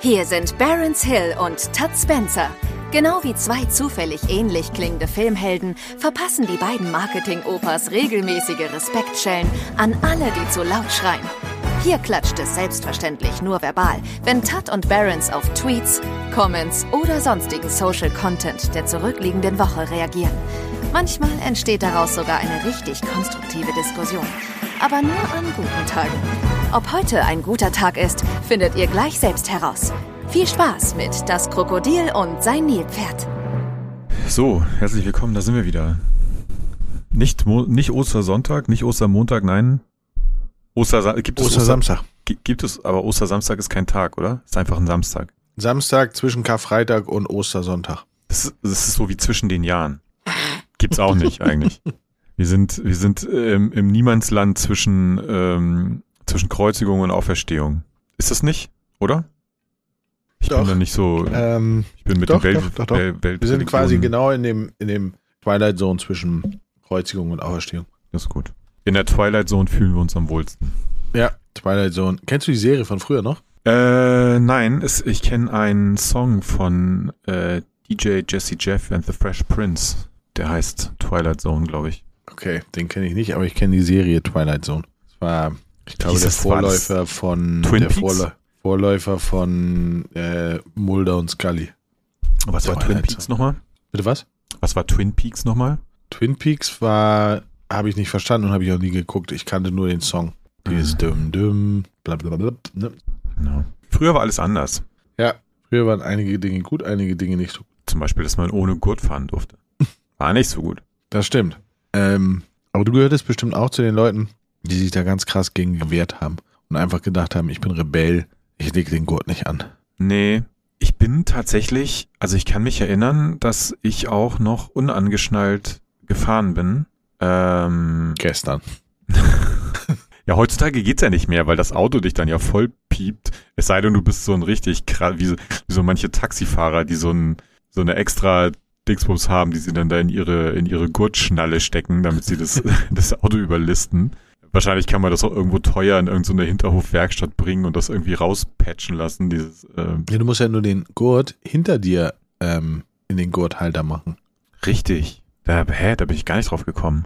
Hier sind Barron's Hill und Todd Spencer. Genau wie zwei zufällig ähnlich klingende Filmhelden verpassen die beiden Marketing-Opas regelmäßige Respektschellen an alle, die zu laut schreien. Hier klatscht es selbstverständlich nur verbal, wenn Todd und Barron's auf Tweets, Comments oder sonstigen Social Content der zurückliegenden Woche reagieren. Manchmal entsteht daraus sogar eine richtig konstruktive Diskussion. Aber nur an guten Tagen. Ob heute ein guter Tag ist, findet ihr gleich selbst heraus. Viel Spaß mit Das Krokodil und sein Nilpferd. So, herzlich willkommen, da sind wir wieder. Nicht Ostersonntag, nicht Ostermontag, nein. Ostersamstag. Gibt es, aber Ostersamstag ist kein Tag, oder? Ist einfach ein Samstag. Samstag zwischen Karfreitag und Ostersonntag. Das ist so wie zwischen den Jahren. Gibt's auch nicht eigentlich. Wir sind im Niemandsland zwischen Kreuzigung und Auferstehung. Ist das nicht, oder? Ich bin da nicht so. Ich bin mit dem Welt. Wir sind quasi genau in dem Twilight Zone zwischen Kreuzigung und Auferstehung. Das ist gut. In der Twilight Zone fühlen wir uns am wohlsten. Ja, Twilight Zone. Kennst du die Serie von früher noch? Nein, ich kenne einen Song von DJ Jesse Jeff and the Fresh Prince. Der heißt Twilight Zone, glaube ich. Okay, den kenne ich nicht, aber ich kenne die Serie Twilight Zone. Das war, ich glaube, der Vorläufer von Twin Peaks? Vorläufer von Mulder und Scully. Was war Twin Peaks nochmal? Bitte was? Was war Twin Peaks nochmal? Twin Peaks habe ich nicht verstanden und habe ich auch nie geguckt. Ich kannte nur den Song. Dieses Düm, blablabla. Ne? Genau. Früher war alles anders. Ja, früher waren einige Dinge gut, einige Dinge nicht so gut. Zum Beispiel, dass man ohne Gurt fahren durfte. War nicht so gut. Das stimmt. Aber du gehörtest bestimmt auch zu den Leuten, die sich da ganz krass gegen gewehrt haben und einfach gedacht haben, ich bin Rebell, ich lege den Gurt nicht an. Nee, ich bin tatsächlich, also ich kann mich erinnern, dass ich auch noch unangeschnallt gefahren bin. Gestern. Ja, heutzutage geht's ja nicht mehr, weil das Auto dich dann ja voll piept. Es sei denn, du bist so ein richtig krass, wie so manche Taxifahrer, die so eine extra Dingsbums haben, die sie dann da in ihre Gurtschnalle stecken, damit sie das Auto überlisten. Wahrscheinlich kann man das auch irgendwo teuer in irgendeine Hinterhofwerkstatt bringen und das irgendwie rauspatchen lassen. Ja, du musst ja nur den Gurt hinter dir in den Gurthalter machen. Richtig. Da bin ich gar nicht drauf gekommen.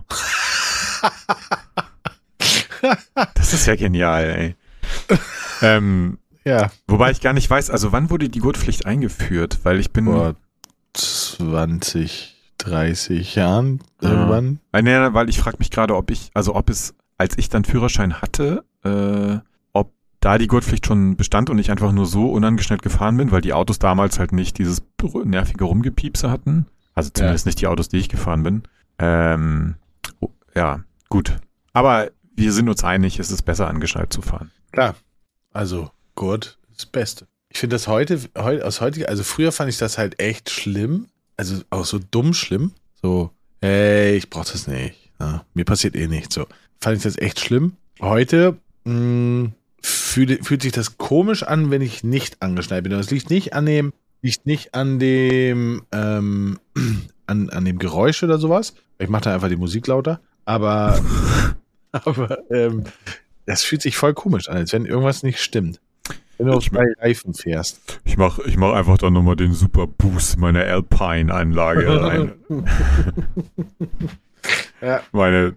Das ist ja genial, ey. Ja. Wobei ich gar nicht weiß, also wann wurde die Gurtpflicht eingeführt? Weil ich bin... Vor 20, 30 Jahren irgendwann. Ja, weil ich frage mich gerade, ob es, als ich dann Führerschein hatte, ob da die Gurtpflicht schon bestand und ich einfach nur so unangeschnallt gefahren bin, weil die Autos damals halt nicht dieses nervige Rumgepiepse hatten. Also zumindest nicht die Autos, die ich gefahren bin. Ja, gut. Aber wir sind uns einig, es ist besser, angeschnallt zu fahren. Klar. Also, Gurt ist das Beste. Ich finde das also früher fand ich das halt echt schlimm. Also auch so dumm schlimm. So, hey, ich brauch das nicht. Ja, mir passiert eh nichts. So, fand ich das echt schlimm. Heute fühlt sich das komisch an, wenn ich nicht angeschnallt bin. Das liegt nicht an dem Geräusch oder sowas. Ich mache da einfach die Musik lauter. Aber das fühlt sich voll komisch an, als wenn irgendwas nicht stimmt. Wenn du auf 2 Reifen fährst. Ich mach einfach dann nochmal den Super Boost meiner Alpine-Anlage rein. Ja. Meine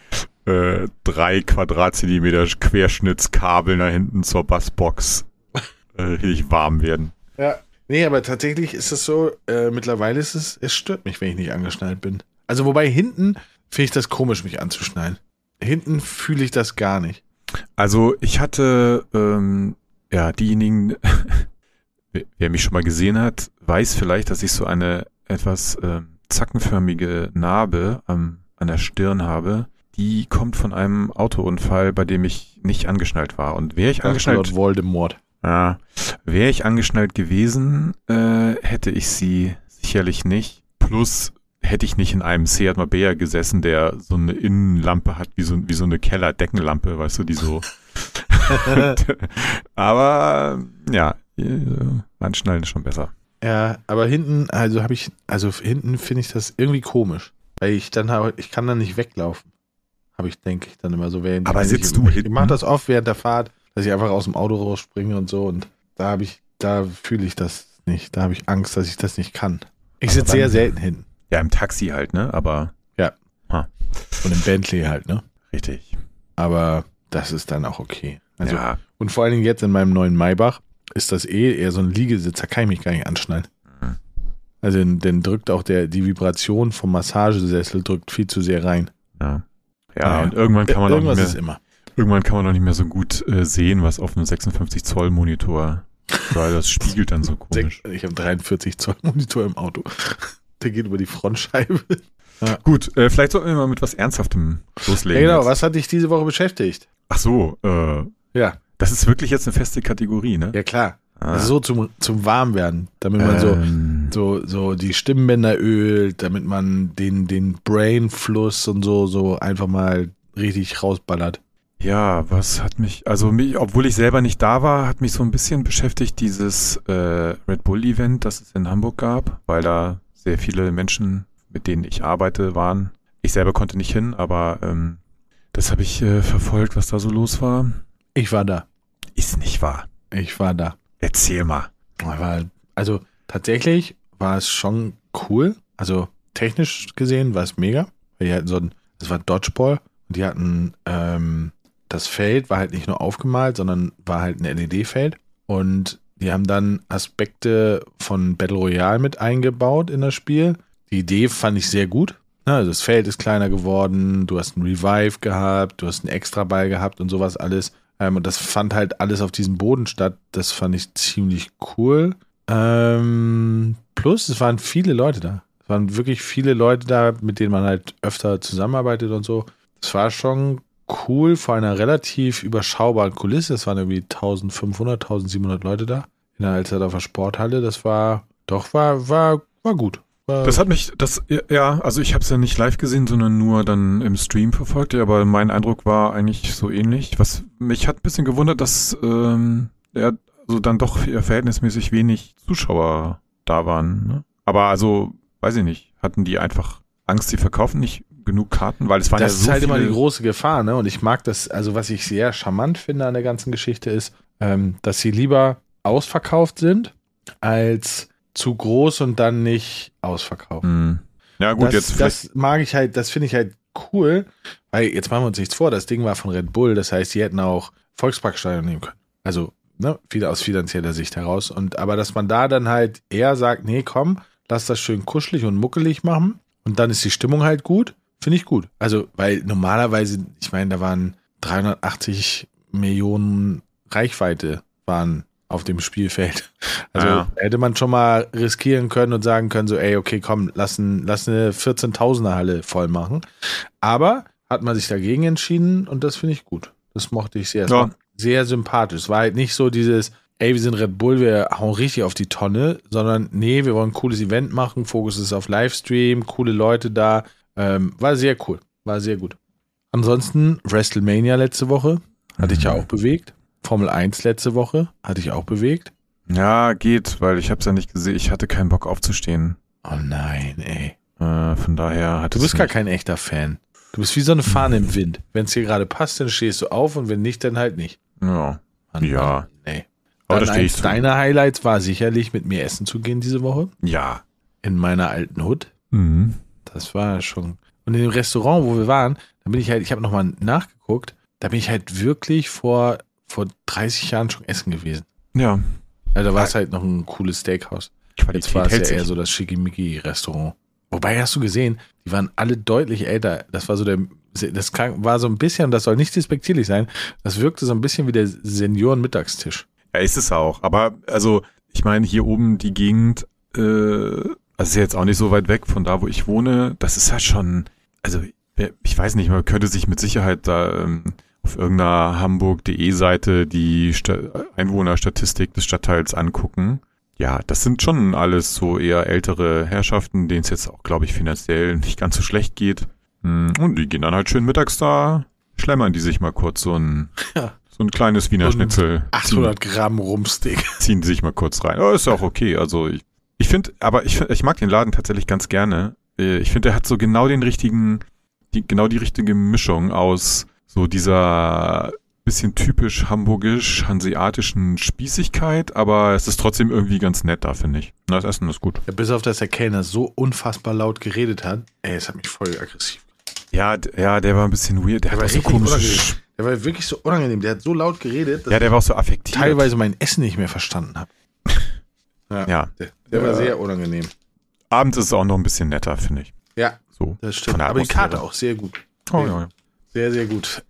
3 Quadratzentimeter Querschnittskabel nach hinten zur Bassbox richtig warm werden. Ja. Nee, aber tatsächlich ist es so, mittlerweile ist es stört mich, wenn ich nicht angeschnallt bin. Also wobei hinten finde ich das komisch, mich anzuschnallen. Hinten fühle ich das gar nicht. Also ich hatte, diejenigen, wer mich schon mal gesehen hat, weiß vielleicht, dass ich so eine etwas zackenförmige Narbe an der Stirn habe. Die kommt von einem Autounfall, bei dem ich nicht angeschnallt war. Und wäre ich angeschnallt... Voldemort. Ja, wäre ich angeschnallt gewesen, hätte ich sie sicherlich nicht. Plus hätte ich nicht in einem Seat Marbella gesessen, der so eine Innenlampe hat, wie so eine Kellerdeckenlampe, weißt du, die so... Aber, ja, anschnallen ist schon besser. Ja, aber hinten, hinten finde ich das irgendwie komisch. Weil ich kann dann nicht weglaufen. Denke ich dann immer so. Aber sitzt du hinten? Ich mache das oft während der Fahrt, dass ich einfach aus dem Auto rausspringe und so. Und da habe ich da fühle ich das nicht. Da habe ich Angst, dass ich das nicht kann. Ich sitze sehr selten hinten. Ja, im Taxi halt, ne? Aber. Ja. Und im Bentley halt, ne? Richtig. Aber das ist dann auch okay. Also, ja. Und vor allen Dingen jetzt in meinem neuen Maybach ist das eher so ein Liegesitz, da kann ich mich gar nicht anschnallen. Mhm. Also dann drückt auch die Vibration vom Massagesessel drückt viel zu sehr rein. Ja. Ja, und irgendwann kann man Irgendwas ist immer. Irgendwann kann man auch nicht mehr so gut sehen, was auf einem 56 Zoll Monitor, weil das spiegelt dann so komisch. Ich habe 43 Zoll Monitor im Auto. Der geht über die Frontscheibe. Ja. Gut, vielleicht sollten wir mal mit was Ernsthaftem loslegen. Ja, genau, jetzt. was hat dich diese Woche beschäftigt? Ach so, ja. Das ist wirklich jetzt eine feste Kategorie, ne? Ja, klar. Also so zum Warmwerden, damit man so die Stimmbänder ölt, damit man den Brainfluss und so einfach mal richtig rausballert. Ja, was hat mich, obwohl ich selber nicht da war, hat mich so ein bisschen beschäftigt dieses Red Bull Event, das es in Hamburg gab, weil da sehr viele Menschen, mit denen ich arbeite, waren. Ich selber konnte nicht hin, aber das habe ich verfolgt, was da so los war. Ich war da. Ist nicht wahr. Ich war da. Erzähl mal. Also tatsächlich war es schon cool. Also technisch gesehen war es mega. Weil die hatten das war Dodgeball und die hatten das Feld war halt nicht nur aufgemalt, sondern war halt ein LED-Feld. Und die haben dann Aspekte von Battle Royale mit eingebaut in das Spiel. Die Idee fand ich sehr gut. Also das Feld ist kleiner geworden, du hast einen Revive gehabt, du hast einen Extraball gehabt und sowas alles. Und das fand halt alles auf diesem Boden statt. Das fand ich ziemlich cool. Plus, es waren viele Leute da. Es waren wirklich viele Leute da, mit denen man halt öfter zusammenarbeitet und so. Das war schon cool vor einer relativ überschaubaren Kulisse. Es waren irgendwie 1500, 1700 Leute da in der Alsterdorfer Sporthalle. Das war gut. Das hat mich, also ich habe es ja nicht live gesehen, sondern nur dann im Stream verfolgt, aber mein Eindruck war eigentlich so ähnlich. Was mich hat ein bisschen gewundert, dass dann doch verhältnismäßig wenig Zuschauer da waren. Ne? Aber also, weiß ich nicht, hatten die einfach Angst, sie verkaufen nicht genug Karten, weil es waren ja so viele. Das ist halt immer die große Gefahr, ne? Und ich mag das, also was ich sehr charmant finde an der ganzen Geschichte ist, dass sie lieber ausverkauft sind, als zu groß und dann nicht ausverkauft. Ja gut, das mag ich halt, das finde ich halt cool, weil jetzt machen wir uns nichts vor, das Ding war von Red Bull, das heißt, die hätten auch Volksparkstadion nehmen können. Also, ne, wieder aus finanzieller Sicht heraus. Aber dass man da dann halt eher sagt, nee, komm, lass das schön kuschelig und muckelig machen und dann ist die Stimmung halt gut, finde ich gut. Also, weil normalerweise, ich meine, da waren 380 Millionen Reichweite waren auf dem Spielfeld. Also hätte man schon mal riskieren können und sagen können, so, ey, okay, komm, lass eine 14.000er Halle voll machen. Aber hat man sich dagegen entschieden und das finde ich gut. Das mochte ich sehr. Es war sehr sympathisch. Es war halt nicht so dieses, ey, wir sind Red Bull, wir hauen richtig auf die Tonne, sondern nee, wir wollen ein cooles Event machen, Fokus ist auf Livestream, coole Leute da. War sehr cool, war sehr gut. Ansonsten WrestleMania letzte Woche, hatte ich ja auch bewegt. Formel 1 letzte Woche, hatte ich auch bewegt. Ja, geht, weil ich habe es ja nicht gesehen. Ich hatte keinen Bock aufzustehen. Oh nein, ey. Von daher hat Du bist gar kein echter Fan. Du bist wie so eine Fahne im Wind. Wenn es dir gerade passt, dann stehst du auf und wenn nicht, dann halt nicht. Ja. Mann, ja. Nee. Aber dann eins deiner Highlights war sicherlich, mit mir essen zu gehen diese Woche. Ja. In meiner alten Hut. Mhm. Das war schon. Und in dem Restaurant, wo wir waren, da bin ich halt, ich habe nochmal nachgeguckt, da bin ich halt wirklich vor 30 Jahren schon essen gewesen. Ja. Also da war es halt noch ein cooles Steakhouse. Jetzt war es ja eher so das Schickimicki-Restaurant. Wobei, hast du gesehen, die waren alle deutlich älter. Das war so war so ein bisschen, das soll nicht despektierlich sein, das wirkte so ein bisschen wie der Senioren-Mittagstisch. Ja, ist es auch. Aber, also, ich meine, hier oben die Gegend, also ist ja jetzt auch nicht so weit weg von da, wo ich wohne. Das ist halt schon, also, ich weiß nicht, man könnte sich mit Sicherheit da auf irgendeiner hamburg.de Seite die Einwohnerstatistik des Stadtteils angucken. Ja, das sind schon alles so eher ältere Herrschaften, denen es jetzt auch, glaube ich, finanziell nicht ganz so schlecht geht. Und die gehen dann halt schön mittags da, schlemmern die sich mal kurz so ein kleines Wiener Schnitzel. 800 Gramm Rumpsteak. Ziehen die sich mal kurz rein. Oh, ist ja auch okay. Also ich finde, aber ich mag den Laden tatsächlich ganz gerne. Ich finde, der hat so genau die richtige Mischung aus so dieser bisschen typisch hamburgisch, hanseatischen Spießigkeit, aber es ist trotzdem irgendwie ganz nett da, finde ich. Na, das Essen ist gut. Ja, bis auf, dass der Kellner so unfassbar laut geredet hat. Es hat mich voll aggressiv. Ja, der war ein bisschen weird. Der hat auch so komische... Der war wirklich so unangenehm. Der hat so laut geredet, dass der war auch so affektiert. ich teilweise mein Essen nicht mehr verstanden habe. Ja. Der war sehr unangenehm. Abends ist es auch noch ein bisschen netter, finde ich. Ja, so, das stimmt. Aber die Karte auch sehr gut. Oh, ja. Sehr, sehr gut.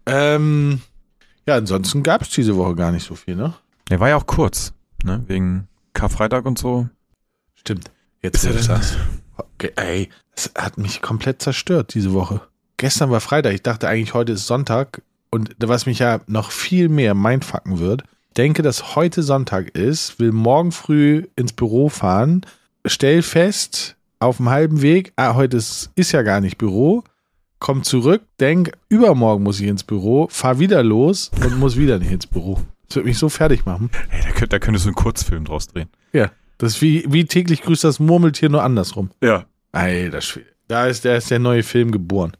Ja, ansonsten gab es diese Woche gar nicht so viel, ne? Der war ja auch kurz, ne? Wegen Karfreitag und so. Stimmt. Jetzt ist das. Okay, ey, das hat mich komplett zerstört diese Woche. Gestern war Freitag. Ich dachte eigentlich, heute ist Sonntag. Und was mich ja noch viel mehr mindfucken wird, denke, dass heute Sonntag ist, will morgen früh ins Büro fahren, stell fest, auf dem halben Weg, heute ist ja gar nicht Büro, komm zurück, denk, übermorgen muss ich ins Büro, fahr wieder los und muss wieder nicht ins Büro. Das wird mich so fertig machen. Hey, da könntest du einen Kurzfilm draus drehen. Ja, das ist wie täglich grüßt das Murmeltier, nur andersrum. Ja. Alter Schwede. Da ist der neue Film geboren.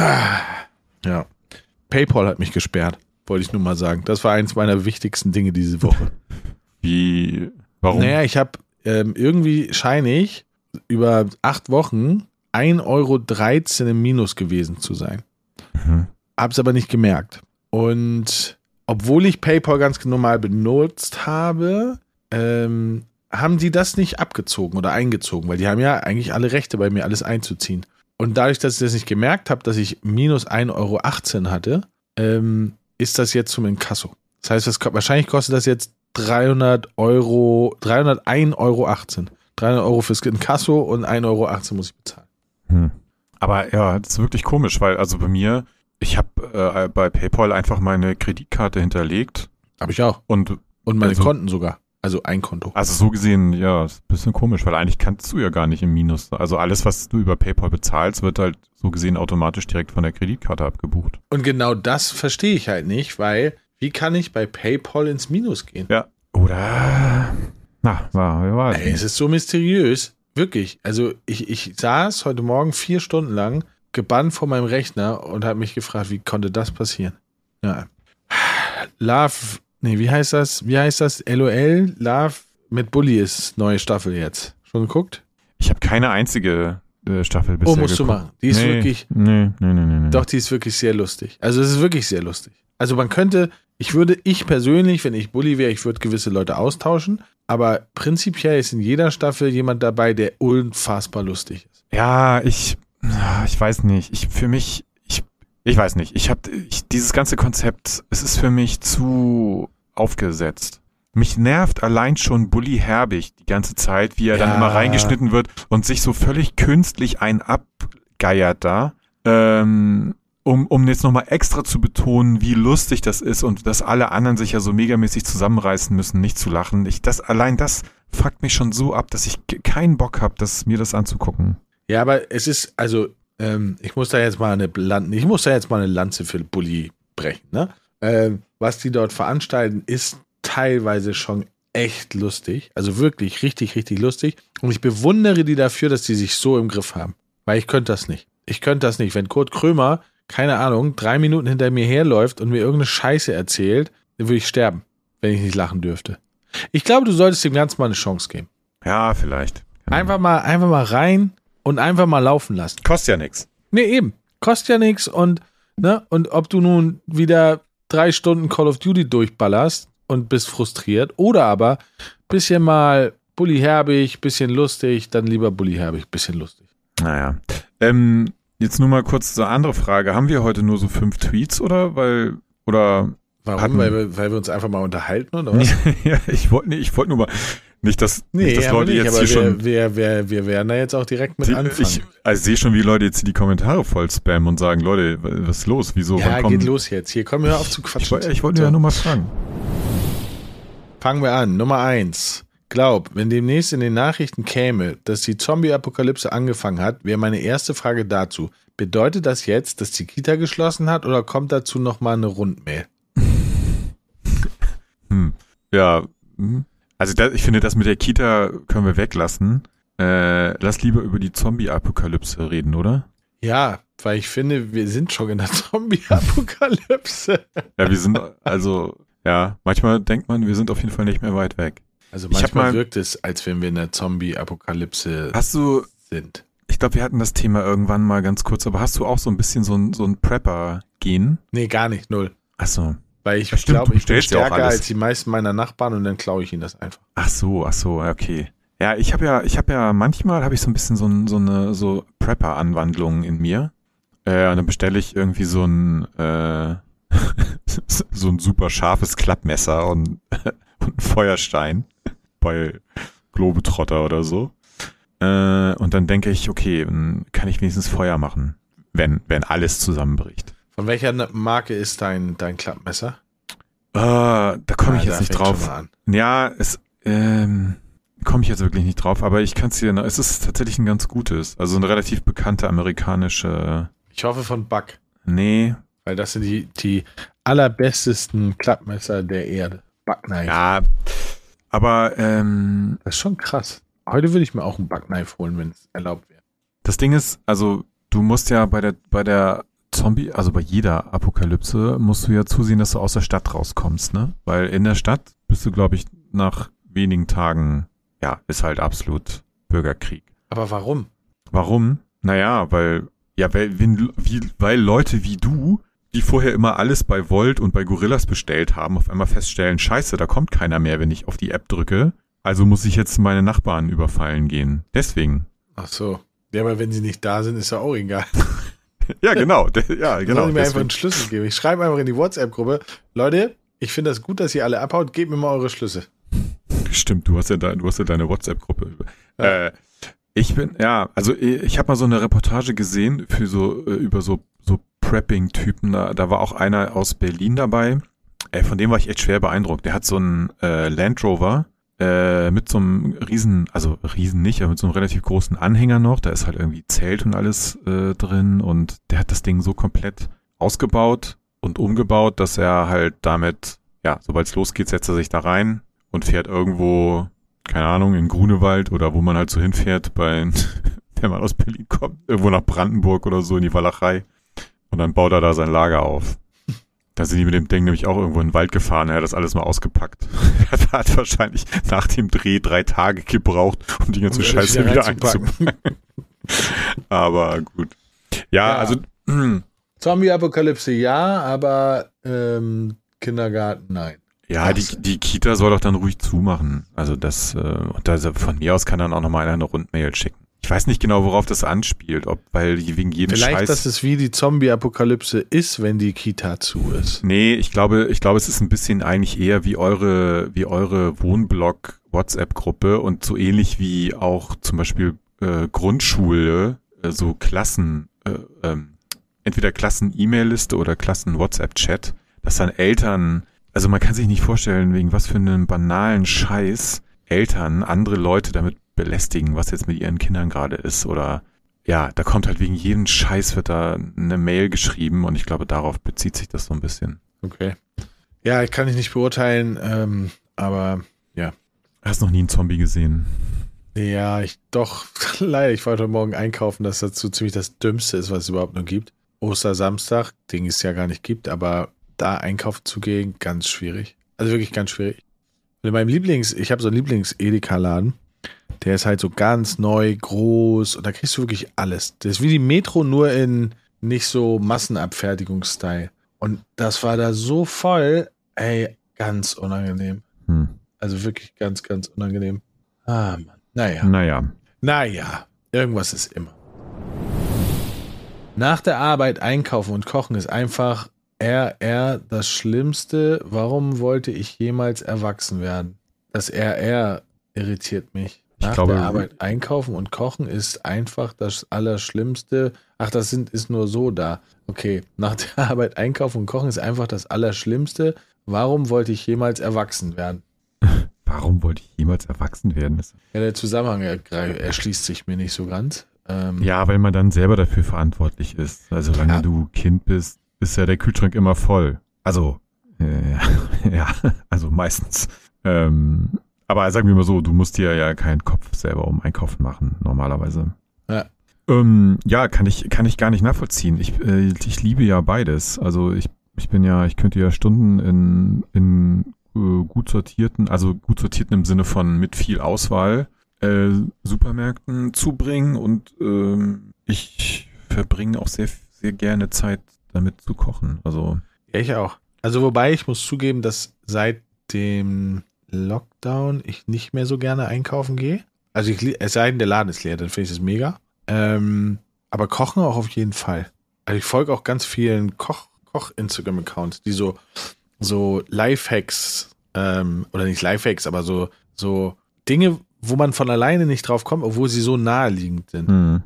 Ja. PayPal hat mich gesperrt, wollte ich nur mal sagen. Das war eins meiner wichtigsten Dinge diese Woche. Wie? Warum? Naja, ich habe irgendwie scheine ich über 8 Wochen 1,13 € im Minus gewesen zu sein. Hab's aber nicht gemerkt. Und obwohl ich PayPal ganz normal benutzt habe, haben die das nicht abgezogen oder eingezogen, weil die haben ja eigentlich alle Rechte bei mir, alles einzuziehen. Und dadurch, dass ich das nicht gemerkt habe, dass ich minus 1,18 € hatte, ist das jetzt zum Inkasso. Das heißt, wahrscheinlich kostet das jetzt 301,18 €. 300 € fürs Inkasso und 1,18 € muss ich bezahlen. Aber ja, das ist wirklich komisch, weil also bei mir, ich habe bei PayPal einfach meine Kreditkarte hinterlegt. Habe ich auch. Und meine Konten sogar. Also ein Konto. Also so gesehen, ja, ist ein bisschen komisch, weil eigentlich kannst du ja gar nicht im Minus. Also alles, was du über PayPal bezahlst, wird halt so gesehen automatisch direkt von der Kreditkarte abgebucht. Und genau das verstehe ich halt nicht, weil wie kann ich bei PayPal ins Minus gehen? Ja. Oder, war Ey, es ist so mysteriös. Wirklich. Also ich saß heute Morgen 4 Stunden lang gebannt vor meinem Rechner und habe mich gefragt, wie konnte das passieren? Ja. Wie heißt das? LOL, Love mit Bully ist neue Staffel jetzt. Schon geguckt? Ich habe keine einzige Staffel bisher musst du machen. Die ist wirklich... Nee. Doch, die ist wirklich sehr lustig. Also es ist wirklich sehr lustig. Also ich persönlich, wenn ich Bully wäre, ich würde gewisse Leute austauschen, aber prinzipiell ist in jeder Staffel jemand dabei, der unfassbar lustig ist. Ja, ich weiß nicht. Ich weiß nicht. Dieses ganze Konzept, es ist für mich zu aufgesetzt. Mich nervt allein schon Bully Herbig die ganze Zeit, wie er dann immer reingeschnitten wird und sich so völlig künstlich einen abgeiert da, um jetzt nochmal extra zu betonen, wie lustig das ist und dass alle anderen sich ja so megamäßig zusammenreißen müssen, nicht zu lachen. Allein das fuckt mich schon so ab, dass ich keinen Bock habe, mir das anzugucken. Ja, aber es ist, also ich muss da jetzt mal eine Lanze für Bully brechen, ne? Was die dort veranstalten, ist teilweise schon echt lustig. Also wirklich richtig, richtig lustig. Und ich bewundere die dafür, dass die sich so im Griff haben. Weil ich könnte das nicht. Wenn Kurt Krömer, keine Ahnung, 3 Minuten hinter mir herläuft und mir irgendeine Scheiße erzählt, dann würde ich sterben, wenn ich nicht lachen dürfte. Ich glaube, du solltest dem Ganzen mal eine Chance geben. Ja, vielleicht. Einfach mal rein und einfach mal laufen lassen. Kostet ja nichts. Nee, eben. Kostet ja nichts und ob du nun wieder 3 Stunden Call of Duty durchballerst und bist frustriert oder aber bisschen mal Bully Herbig, bisschen lustig, dann lieber Bully Herbig, bisschen lustig. Naja. Jetzt nur mal kurz so eine andere Frage. Haben wir heute nur so 5 Tweets oder? Warum? Weil wir uns einfach mal unterhalten oder was? Ja, ich wollte nur mal nicht, dass Leute jetzt hier schon... Wir werden da jetzt auch direkt mit anfangen. Ich sehe schon, wie Leute jetzt die Kommentare voll spammen und sagen, Leute, was ist los? Wieso? Ja, geht los jetzt. Hier, komm, hör auf zu quatschen. Ich wollte ja nur mal fragen. Fangen wir an. Nummer 1. Wenn demnächst in den Nachrichten käme, dass die Zombie-Apokalypse angefangen hat, wäre meine erste Frage dazu. Bedeutet das jetzt, dass die Kita geschlossen hat oder kommt dazu nochmal eine Rundmail? Ja, also ich finde, das mit der Kita können wir weglassen. Lass lieber über die Zombie-Apokalypse reden, oder? Ja, weil ich finde, wir sind schon in der Zombie-Apokalypse. Ja, wir sind, also, ja, manchmal denkt man, wir sind auf jeden Fall nicht mehr weit weg. Also manchmal wirkt es, als wenn wir in der Zombie-Apokalypse sind. Ich glaube, wir hatten das Thema irgendwann mal ganz kurz, aber hast du auch so ein bisschen so ein Prepper-Gen? Nee, gar nicht, null. Ach so. Weil ich glaube, ich bin stärker als die meisten meiner Nachbarn und dann klaue ich ihnen das einfach. Ach so, okay. Ja, ich habe ja manchmal habe ich so ein bisschen so eine Prepper-Anwandlung in mir. Und dann bestelle ich irgendwie so ein super scharfes Klappmesser und einen Feuerstein bei Globetrotter oder so. Und dann denke ich, okay, dann kann ich wenigstens Feuer machen, wenn alles zusammenbricht. Von welcher Marke ist dein Klappmesser? Da komme ich jetzt nicht drauf. Ja, komme ich jetzt wirklich nicht drauf, aber ich kann es dir, es ist tatsächlich ein ganz gutes, also eine relativ bekannte amerikanische. Ich hoffe von Buck. Nee. Weil das sind die allerbestesten Klappmesser der Erde. Buck Knife. Ja, aber das ist schon krass. Heute würde ich mir auch einen Buck Knife holen, wenn es erlaubt wäre. Das Ding ist, also du musst ja bei der Zombie, also bei jeder Apokalypse musst du ja zusehen, dass du aus der Stadt rauskommst, ne? Weil in der Stadt bist du, glaube ich, nach wenigen Tagen, ja, ist halt absolut Bürgerkrieg. Aber warum? Warum? Naja, weil Leute wie du, die vorher immer alles bei Volt und bei Gorillas bestellt haben, auf einmal feststellen, scheiße, da kommt keiner mehr, wenn ich auf die App drücke. Also muss ich jetzt meine Nachbarn überfallen gehen. Deswegen. Ach so. Ja, aber wenn sie nicht da sind, ist ja auch egal. Ja, genau. Ja, genau. Sollen mir einfach einen Schlüssel geben. Ich schreibe einfach in die WhatsApp-Gruppe, Leute, ich finde das gut, dass ihr alle abhaut, gebt mir mal eure Schlüssel. Stimmt, du hast ja deine WhatsApp-Gruppe. Ja. Ich habe mal so eine Reportage gesehen für über so Prepping-Typen. Da war auch einer aus Berlin dabei. Von dem war ich echt schwer beeindruckt. Der hat so einen Land Rover mit so einem riesen nicht, aber mit so einem relativ großen Anhänger noch. Da ist halt irgendwie Zelt und alles drin und der hat das Ding so komplett ausgebaut und umgebaut, dass er halt damit, ja, sobald es losgeht, setzt er sich da rein und fährt irgendwo, keine Ahnung, in Grunewald oder wo man halt so hinfährt, wenn man aus Berlin kommt, irgendwo nach Brandenburg oder so in die Walachei und dann baut er da sein Lager auf. Da sind die mit dem Ding nämlich auch irgendwo in den Wald gefahren, er hat das alles mal ausgepackt. Er hat wahrscheinlich nach dem Dreh 3 Tage gebraucht, um die ganze Scheiße wieder einzupacken. Aber gut. Ja, also Zombie-Apokalypse ja, aber Kindergarten nein. Ja, die Kita soll doch dann ruhig zumachen. Also von mir aus kann dann auch nochmal einer eine Rundmail schicken. Ich weiß nicht genau, worauf das anspielt, weil wegen jedem Scheiß... Vielleicht, dass es wie die Zombie-Apokalypse ist, wenn die Kita zu ist. Nee, ich glaube, es ist ein bisschen eigentlich eher wie eure Wohnblog-WhatsApp-Gruppe und so ähnlich wie auch zum Beispiel Grundschule, so Klassen, entweder Klassen-E-Mail-Liste oder Klassen-WhatsApp-Chat, dass dann Eltern, also man kann sich nicht vorstellen, wegen was für einem banalen Scheiß Eltern andere Leute damit belästigen, was jetzt mit ihren Kindern gerade ist, oder ja, da kommt halt wegen jedem Scheiß wird da eine Mail geschrieben und ich glaube, darauf bezieht sich das so ein bisschen. Okay. Ja, ich kann ich nicht beurteilen, aber ja. Hast noch nie einen Zombie gesehen? Ja, leider, ich war heute Morgen einkaufen, dass das so ziemlich das Dümmste ist, was es überhaupt nur gibt. Ostersamstag, den es ja gar nicht gibt, aber da einkaufen zu gehen, ganz schwierig. Also wirklich ganz schwierig. Und in meinem ich habe so einen Lieblings-Edeka-Laden, der ist halt so ganz neu, groß und da kriegst du wirklich alles. Das ist wie die Metro, nur in nicht so Massenabfertigungsstyle. Und das war da so voll, ey, ganz unangenehm. Also wirklich ganz, ganz unangenehm. Ah, Mann. Naja, irgendwas ist immer. Nach der Arbeit einkaufen und kochen ist einfach das Schlimmste. Warum wollte ich jemals erwachsen werden? Das irritiert mich. Nach der Arbeit einkaufen und kochen ist einfach das Allerschlimmste. Ach, ist nur so da. Okay, nach der Arbeit einkaufen und kochen ist einfach das Allerschlimmste. Warum wollte ich jemals erwachsen werden? Warum wollte ich jemals erwachsen werden? Ja, der Zusammenhang erschließt sich mir nicht so ganz. Ja, weil man dann selber dafür verantwortlich ist. Also solange du Kind bist, ist ja der Kühlschrank immer voll. Also, also meistens. Aber sagen wir mal so, du musst dir ja keinen Kopf selber um Einkaufen machen, normalerweise. Ja. Ja, kann ich gar nicht nachvollziehen. Ich liebe ja beides. Also ich könnte ja Stunden in gut sortierten im Sinne von mit viel Auswahl Supermärkten zubringen und ich verbringe auch sehr, sehr gerne Zeit damit zu kochen. Also Ja, ich auch. Also wobei ich muss zugeben, dass seit dem Lockdown ich nicht mehr so gerne einkaufen gehe. Also es sei denn, der Laden ist leer, dann finde ich das mega. Aber kochen auch auf jeden Fall. Also ich folge auch ganz vielen Koch-Instagram-Accounts, die so Lifehacks, oder nicht Lifehacks, aber so Dinge, wo man von alleine nicht drauf kommt, obwohl sie so naheliegend sind.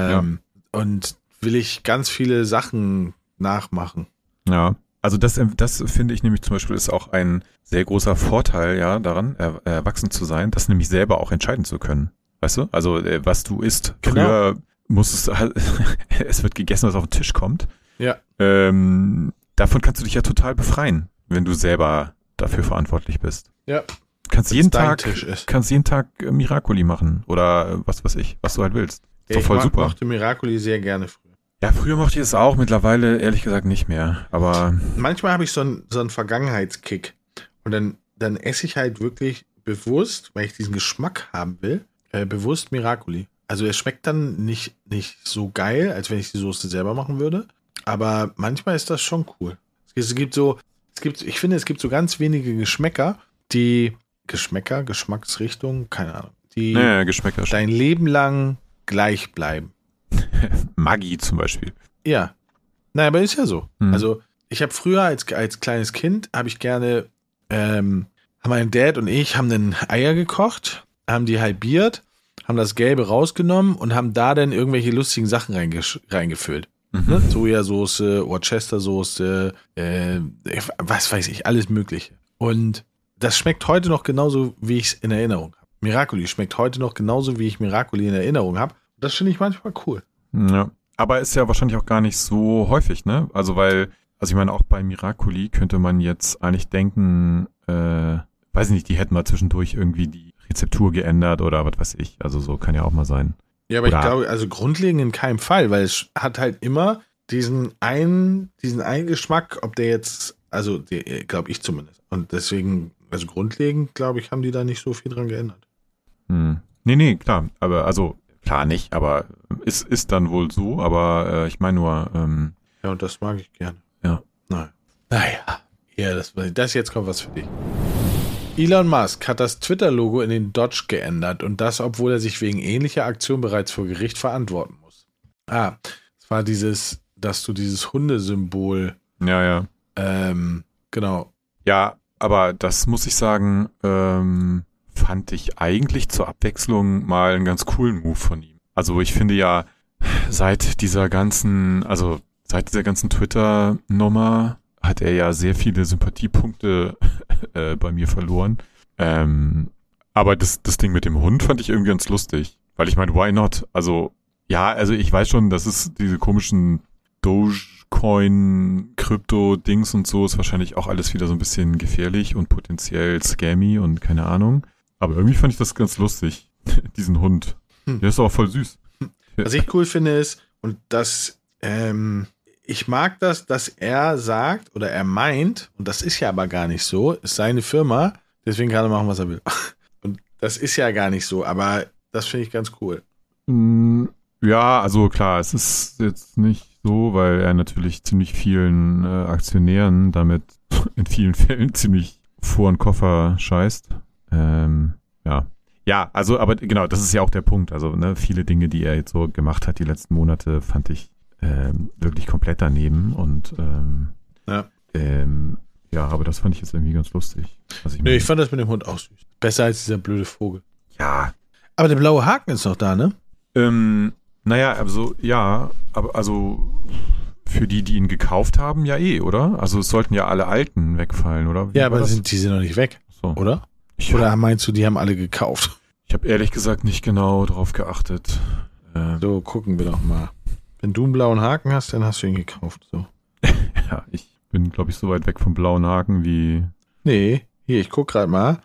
Und will ich ganz viele Sachen nachmachen. Ja, also das finde ich nämlich zum Beispiel ist auch ein sehr großer Vorteil, ja, daran, erwachsen zu sein, das nämlich selber auch entscheiden zu können. Weißt du? Also was du isst. Genau. Früher musstest du halt, es wird gegessen, was auf den Tisch kommt. Ja. Davon kannst du dich ja total befreien, wenn du selber dafür verantwortlich bist. Ja. Kannst Wenn's jeden dein Tag Tisch ist. Miracoli machen oder was weiß ich, was du halt willst. Ist Ja, doch voll super. Ich mochte Miracoli sehr gerne früher. Ja, früher mochte ich es auch, mittlerweile ehrlich gesagt nicht mehr. Aber Manchmal habe ich so einen Vergangenheitskick. Und dann esse ich halt wirklich bewusst, weil ich diesen Geschmack haben will, bewusst Miracoli. Also es schmeckt dann nicht so geil, als wenn ich die Soße selber machen würde. Aber manchmal ist das schon cool. Ich finde, es gibt so ganz wenige Geschmäcker, Geschmacksrichtungen, keine Ahnung, die Geschmäcker. dein Leben lang gleich bleiben. Maggi zum Beispiel. Ja. Naja, aber ist ja so. Hm. Also, ich habe früher als kleines Kind, habe ich gerne, haben mein Dad und ich haben dann Eier gekocht, haben die halbiert, haben das Gelbe rausgenommen und haben da dann irgendwelche lustigen Sachen reingefüllt. Ne? Sojasauce, Worcestersoße, was weiß ich, alles Mögliche. Und das schmeckt heute noch genauso, wie ich es in Erinnerung habe. Miracoli schmeckt heute noch genauso, wie ich Miracoli in Erinnerung habe. Das finde ich manchmal cool. Ja, aber ist ja wahrscheinlich auch gar nicht so häufig, ne? Also ich meine, auch bei Miracoli könnte man jetzt eigentlich denken, weiß ich nicht, die hätten mal zwischendurch irgendwie die Rezeptur geändert oder was weiß ich. Also so kann ja auch mal sein. Ja, aber ich glaube, also grundlegend in keinem Fall, weil es hat halt immer diesen einen Geschmack, ob der jetzt, also glaube ich zumindest. Und deswegen, also grundlegend, glaube ich, haben die da nicht so viel dran geändert. Nee, klar. Aber also klar nicht, aber ist dann wohl so, aber ich meine nur, Ja, und das mag ich gerne. ja. Naja. Ja, das jetzt kommt was für dich. Elon Musk hat das Twitter-Logo in den Dodge geändert und das, obwohl er sich wegen ähnlicher Aktion bereits vor Gericht verantworten muss. Es war dass du dieses Hundesymbol, Ja. genau. Ja, aber das muss ich sagen, fand ich eigentlich zur Abwechslung mal einen ganz coolen Move von ihm. Also ich finde ja, seit dieser ganzen Twitter-Nummer hat er ja sehr viele Sympathiepunkte bei mir verloren. Aber das Ding mit dem Hund fand ich irgendwie ganz lustig. Weil ich meine, why not? Also, ja, also ich weiß schon, dass es diese komischen Dogecoin, Krypto-Dings und so ist wahrscheinlich auch alles wieder so ein bisschen gefährlich und potenziell scammy und keine Ahnung. Aber irgendwie fand ich das ganz lustig, diesen Hund. Der ist auch voll süß. Was ich cool finde ist, und das, ich mag das, dass er sagt oder er meint, und das ist ja aber gar nicht so, ist seine Firma, deswegen kann er machen, was er will. Und das ist ja gar nicht so, aber das finde ich ganz cool. Ja, also klar, es ist jetzt nicht so, weil er natürlich ziemlich vielen Aktionären damit in vielen Fällen ziemlich vor den Koffer scheißt. Ja. Ja, also, aber genau, das ist ja auch der Punkt. Also, ne, viele Dinge, die er jetzt so gemacht hat die letzten Monate, fand ich wirklich komplett daneben und ja, aber das fand ich jetzt irgendwie ganz lustig. Ich fand das mit dem Hund auch süß. Besser als dieser blöde Vogel. Ja. Aber der blaue Haken ist noch da, ne? Naja, also, ja, aber also für die ihn gekauft haben, ja oder? Also es sollten ja alle Alten wegfallen, oder? Ja, aber die sind noch nicht weg, so. Oder? Oder meinst du, die haben alle gekauft? Ich habe ehrlich gesagt nicht genau drauf geachtet. So, gucken wir doch mal. Wenn du einen blauen Haken hast, dann hast du ihn gekauft. So. Ja, ich bin, glaube ich, so weit weg vom blauen Haken wie... Nee, hier, ich guck gerade mal.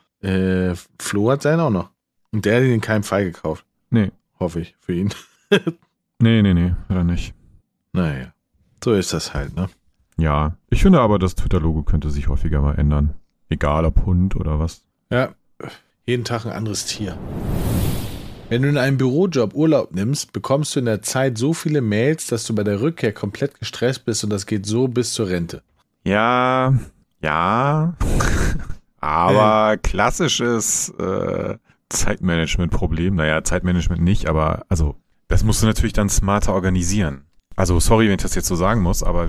Flo hat seinen auch noch. Und der hat ihn in keinem Fall gekauft. Nee. Hoffe ich, für ihn. Nee, oder nicht. Naja, so ist das halt, ne? Ja, ich finde aber, das Twitter-Logo könnte sich häufiger mal ändern. Egal ob Hund oder was. Ja, jeden Tag ein anderes Tier. Wenn du in einem Bürojob Urlaub nimmst, bekommst du in der Zeit so viele Mails, dass du bei der Rückkehr komplett gestresst bist und das geht so bis zur Rente. Ja. Aber klassisches Zeitmanagement-Problem. Naja, Zeitmanagement nicht, aber also das musst du natürlich dann smarter organisieren. Also sorry, wenn ich das jetzt so sagen muss, aber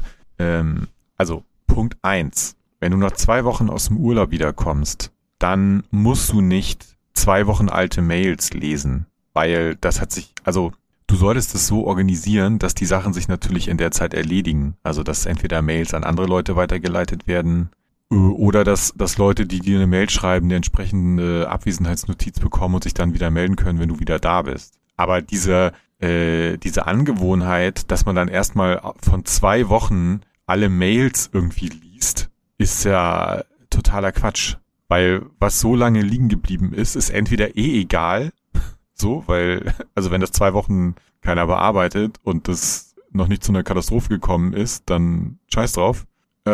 also Punkt 1, wenn du nach 2 Wochen aus dem Urlaub wiederkommst, dann musst du nicht 2 Wochen alte Mails lesen, weil das hat sich, also du solltest es so organisieren, dass die Sachen sich natürlich in der Zeit erledigen. Also dass entweder Mails an andere Leute weitergeleitet werden oder dass Leute, die dir eine Mail schreiben, eine entsprechende Abwesenheitsnotiz bekommen und sich dann wieder melden können, wenn du wieder da bist. Aber diese Angewohnheit, dass man dann erstmal von 2 Wochen alle Mails irgendwie liest, ist ja totaler Quatsch. Weil was so lange liegen geblieben ist entweder egal, so, weil, also wenn das 2 Wochen keiner bearbeitet und das noch nicht zu einer Katastrophe gekommen ist, dann scheiß drauf.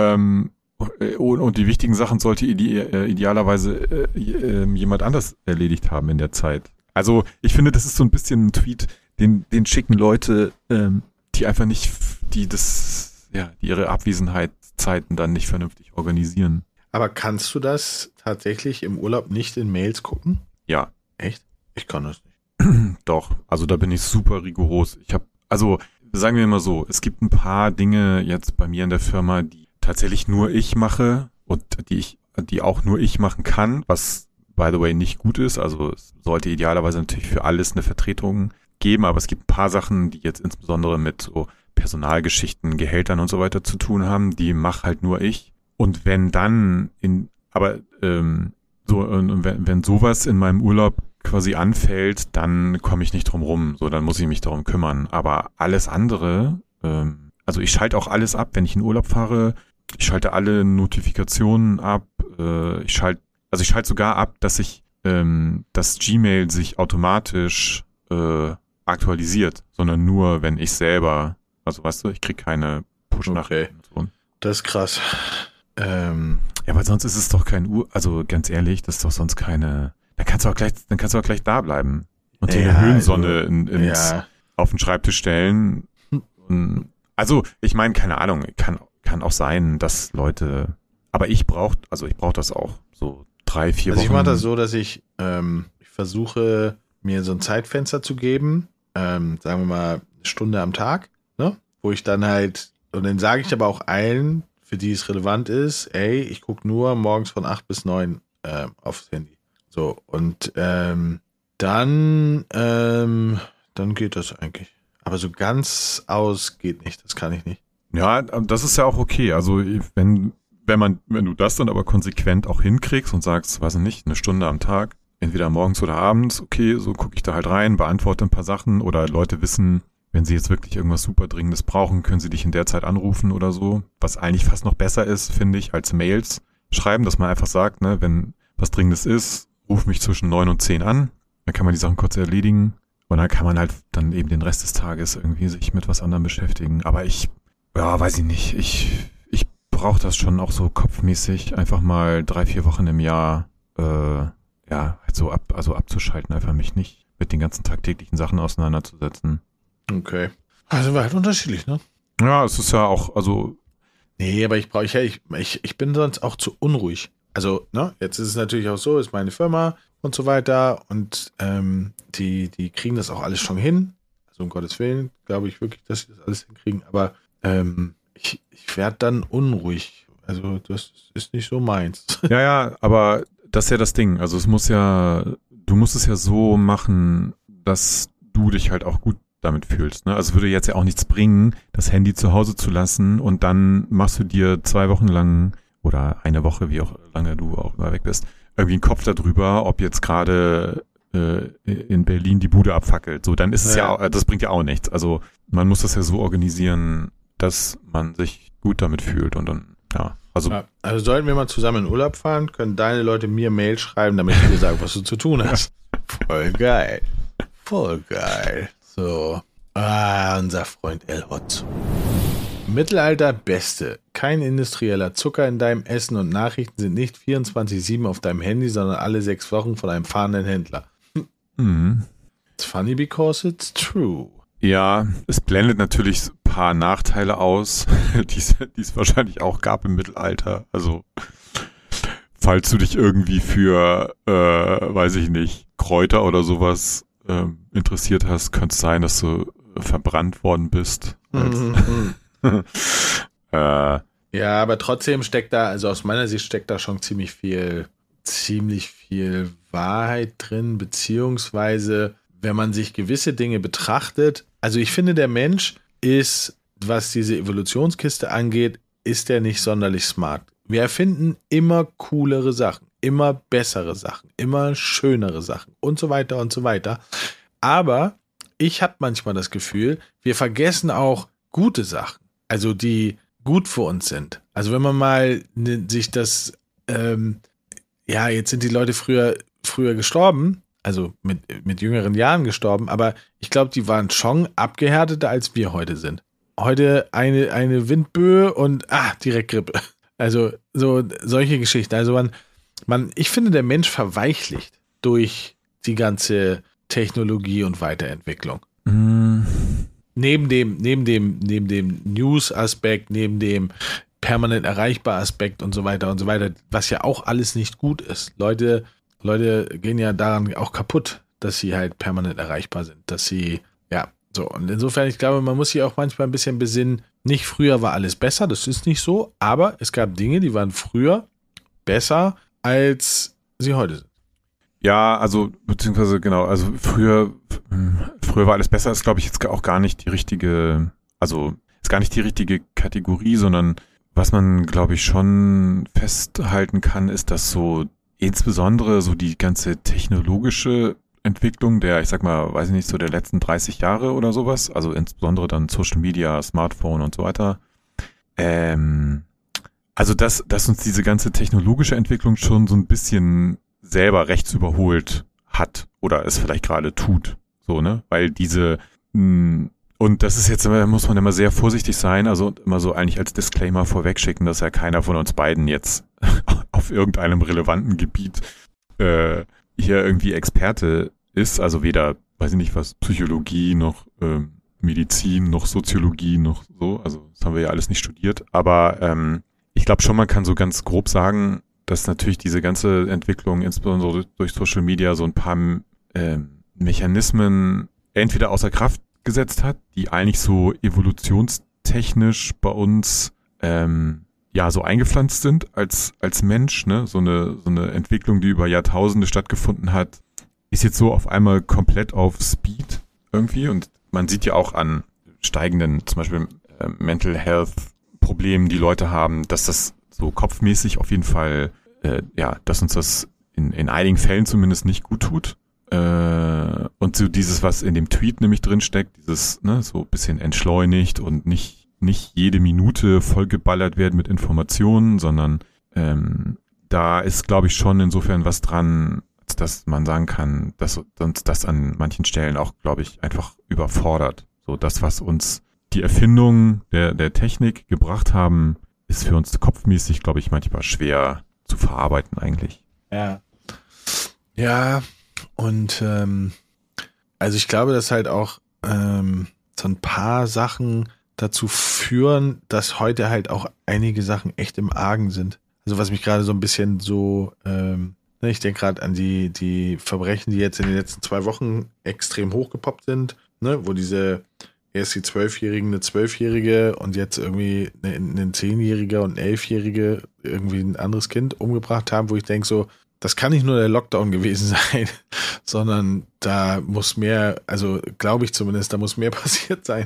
Und die wichtigen Sachen sollte idealerweise jemand anders erledigt haben in der Zeit. Also ich finde, das ist so ein bisschen ein Tweet, den schicken Leute, die einfach nicht, die ihre Abwesenheitszeiten dann nicht vernünftig organisieren. Aber kannst du das tatsächlich im Urlaub nicht in Mails gucken? Ja. Echt? Ich kann das nicht. Doch, also da bin ich super rigoros. Also sagen wir mal so, es gibt ein paar Dinge jetzt bei mir in der Firma, die tatsächlich nur ich mache und die auch nur ich machen kann, was by the way nicht gut ist. Also es sollte idealerweise natürlich für alles eine Vertretung geben, aber es gibt ein paar Sachen, die jetzt insbesondere mit so Personalgeschichten, Gehältern und so weiter zu tun haben, die mache halt nur ich. Und wenn dann wenn sowas in meinem Urlaub quasi anfällt, dann komme ich nicht drum rum. So, dann muss ich mich darum kümmern. Aber alles andere, also ich schalte auch alles ab, wenn ich in Urlaub fahre. Ich schalte alle Notifikationen ab. Ich schalte sogar ab, dass das Gmail sich automatisch aktualisiert, sondern nur, wenn ich selber, also weißt du, ich kriege keine Push-Nachrichten. Okay. Das ist krass. Ja, weil sonst ist es doch also ganz ehrlich, das ist doch sonst keine, dann kannst du auch gleich da bleiben und dir eine Höhensonne auf den Schreibtisch stellen. Also, ich meine, keine Ahnung, kann auch sein, dass Leute, aber ich brauche das auch, so 3-4 Wochen. Also ich mache das so, dass ich versuche, mir so ein Zeitfenster zu geben, sagen wir mal 1 Stunde am Tag, ne? Wo ich dann halt, und dann sage ich aber auch allen, für die es relevant ist, ey, ich gucke nur morgens von 8 bis 9 aufs Handy. So, und dann geht das eigentlich. Aber so ganz aus geht nicht, das kann ich nicht. Ja, das ist ja auch okay. Also wenn du das dann aber konsequent auch hinkriegst und sagst, weiß ich nicht, 1 Stunde am Tag, entweder morgens oder abends, okay, so gucke ich da halt rein, beantworte ein paar Sachen oder Leute wissen, wenn sie jetzt wirklich irgendwas super Dringendes brauchen, können sie dich in der Zeit anrufen oder so. Was eigentlich fast noch besser ist, finde ich, als Mails schreiben, dass man einfach sagt, ne, wenn was Dringendes ist, ruf mich zwischen 9 und 10 an. Dann kann man die Sachen kurz erledigen. Und dann kann man halt dann eben den Rest des Tages irgendwie sich mit was anderem beschäftigen. Aber weiß ich nicht. Ich brauche das schon auch so kopfmäßig, einfach mal 3-4 Wochen im Jahr, halt so abzuschalten, einfach mich nicht mit den ganzen tagtäglichen Sachen auseinanderzusetzen. Okay. Also war halt unterschiedlich, ne? Ja, es ist ja auch, also. Nee, aber ich bin sonst auch zu unruhig. Also, ne, jetzt ist es natürlich auch so, ist meine Firma und so weiter und die kriegen das auch alles schon hin. Also um Gottes Willen, glaube ich wirklich, dass sie das alles hinkriegen, aber ich werde dann unruhig. Also das ist nicht so meins. Ja, aber das ist ja das Ding. Also du musst es ja so machen, dass du dich halt auch gut damit fühlst. Ne? Also es würde jetzt ja auch nichts bringen, das Handy zu Hause zu lassen und dann machst du dir 2 Wochen lang oder 1 Woche, wie auch lange du auch immer weg bist, irgendwie einen Kopf darüber, ob jetzt gerade in Berlin die Bude abfackelt. So, dann ist es ja, das bringt ja auch nichts. Also man muss das ja so organisieren, dass man sich gut damit fühlt und dann, ja. Also sollten wir mal zusammen in Urlaub fahren, können deine Leute mir Mail schreiben, damit ich dir sage, was du zu tun hast. Voll geil. Voll geil. So. Unser Freund El Hotzo. Mittelalter Beste. Kein industrieller Zucker in deinem Essen und Nachrichten sind nicht 24/7 auf deinem Handy, sondern alle 6 Wochen von einem fahrenden Händler. It's funny because it's true. Ja, es blendet natürlich ein paar Nachteile aus, die es wahrscheinlich auch gab im Mittelalter. Also, falls du dich irgendwie für, weiß ich nicht, Kräuter oder sowas interessiert hast, könnte es sein, dass du verbrannt worden bist. Ja, aber trotzdem steckt da, also aus meiner Sicht steckt da schon ziemlich viel Wahrheit drin, beziehungsweise wenn man sich gewisse Dinge betrachtet, also ich finde, der Mensch ist, was diese Evolutionskiste angeht, ist er nicht sonderlich smart. Wir erfinden immer coolere Sachen, immer bessere Sachen, immer schönere Sachen und so weiter und so weiter. Aber ich habe manchmal das Gefühl, wir vergessen auch gute Sachen, also die gut für uns sind. Also wenn man mal sich das, jetzt sind die Leute früher gestorben, also mit jüngeren Jahren gestorben, aber ich glaube, die waren schon abgehärteter, als wir heute sind. Heute eine Windböe und direkt Grippe. Also so solche Geschichten. Also ich finde, der Mensch verweichlicht durch die ganze Technologie und Weiterentwicklung. Neben dem News-Aspekt, neben dem permanent erreichbar Aspekt und so weiter, was ja auch alles nicht gut ist. Leute gehen ja daran auch kaputt, dass sie halt permanent erreichbar sind, dass sie, so. Und insofern, ich glaube, man muss sich auch manchmal ein bisschen besinnen, nicht früher war alles besser, das ist nicht so, aber es gab Dinge, die waren früher besser, als sie heute sind. Ja, also, beziehungsweise, genau, also früher war alles besser, ist, glaube ich, jetzt auch gar nicht die richtige, also, ist gar nicht die richtige Kategorie, sondern was man, glaube ich, schon festhalten kann, ist, dass so insbesondere so die ganze technologische Entwicklung der, ich sag mal, weiß ich nicht, so der letzten 30 Jahre oder sowas, also insbesondere dann Social Media, Smartphone und so weiter, also dass uns diese ganze technologische Entwicklung schon so ein bisschen selber rechts überholt hat oder es vielleicht gerade tut, so, ne, weil und das ist jetzt, muss man immer sehr vorsichtig sein, also immer so eigentlich als Disclaimer vorwegschicken, dass ja keiner von uns beiden jetzt auf irgendeinem relevanten Gebiet hier irgendwie Experte ist, also weder, weiß ich nicht was, Psychologie noch Medizin noch Soziologie noch so, also das haben wir ja alles nicht studiert, aber ich glaube schon, man kann so ganz grob sagen, dass natürlich diese ganze Entwicklung, insbesondere durch Social Media, so ein paar Mechanismen entweder außer Kraft gesetzt hat, die eigentlich so evolutionstechnisch bei uns so eingepflanzt sind als Mensch, ne? So eine Entwicklung, die über Jahrtausende stattgefunden hat, ist jetzt so auf einmal komplett auf Speed irgendwie und man sieht ja auch an steigenden, zum Beispiel Mental Health Problemen, die Leute haben, dass das so kopfmäßig auf jeden Fall, dass uns das in einigen Fällen zumindest nicht gut tut. Und so dieses, was in dem Tweet nämlich drinsteckt, dieses, ne, so ein bisschen entschleunigt und nicht jede Minute vollgeballert werden mit Informationen, sondern da ist, glaube ich, schon insofern was dran, dass man sagen kann, dass uns das an manchen Stellen auch, glaube ich, einfach überfordert. So das, was uns die Erfindung der Technik gebracht haben, ist für uns kopfmäßig, glaube ich, manchmal schwer zu verarbeiten eigentlich. Ja. Ja, und also ich glaube, dass halt auch so ein paar Sachen dazu führen, dass heute halt auch einige Sachen echt im Argen sind. Also was mich gerade so ein bisschen so, ich denke gerade an die Verbrechen, die jetzt in den letzten 2 Wochen extrem hochgepoppt sind, ne, wo erst die 12-Jährigen, eine 12-Jährige und jetzt irgendwie ein 10-Jähriger und ein 11-Jährige irgendwie ein anderes Kind umgebracht haben, wo ich denke so, das kann nicht nur der Lockdown gewesen sein, sondern da muss mehr, also glaube ich zumindest, da muss mehr passiert sein.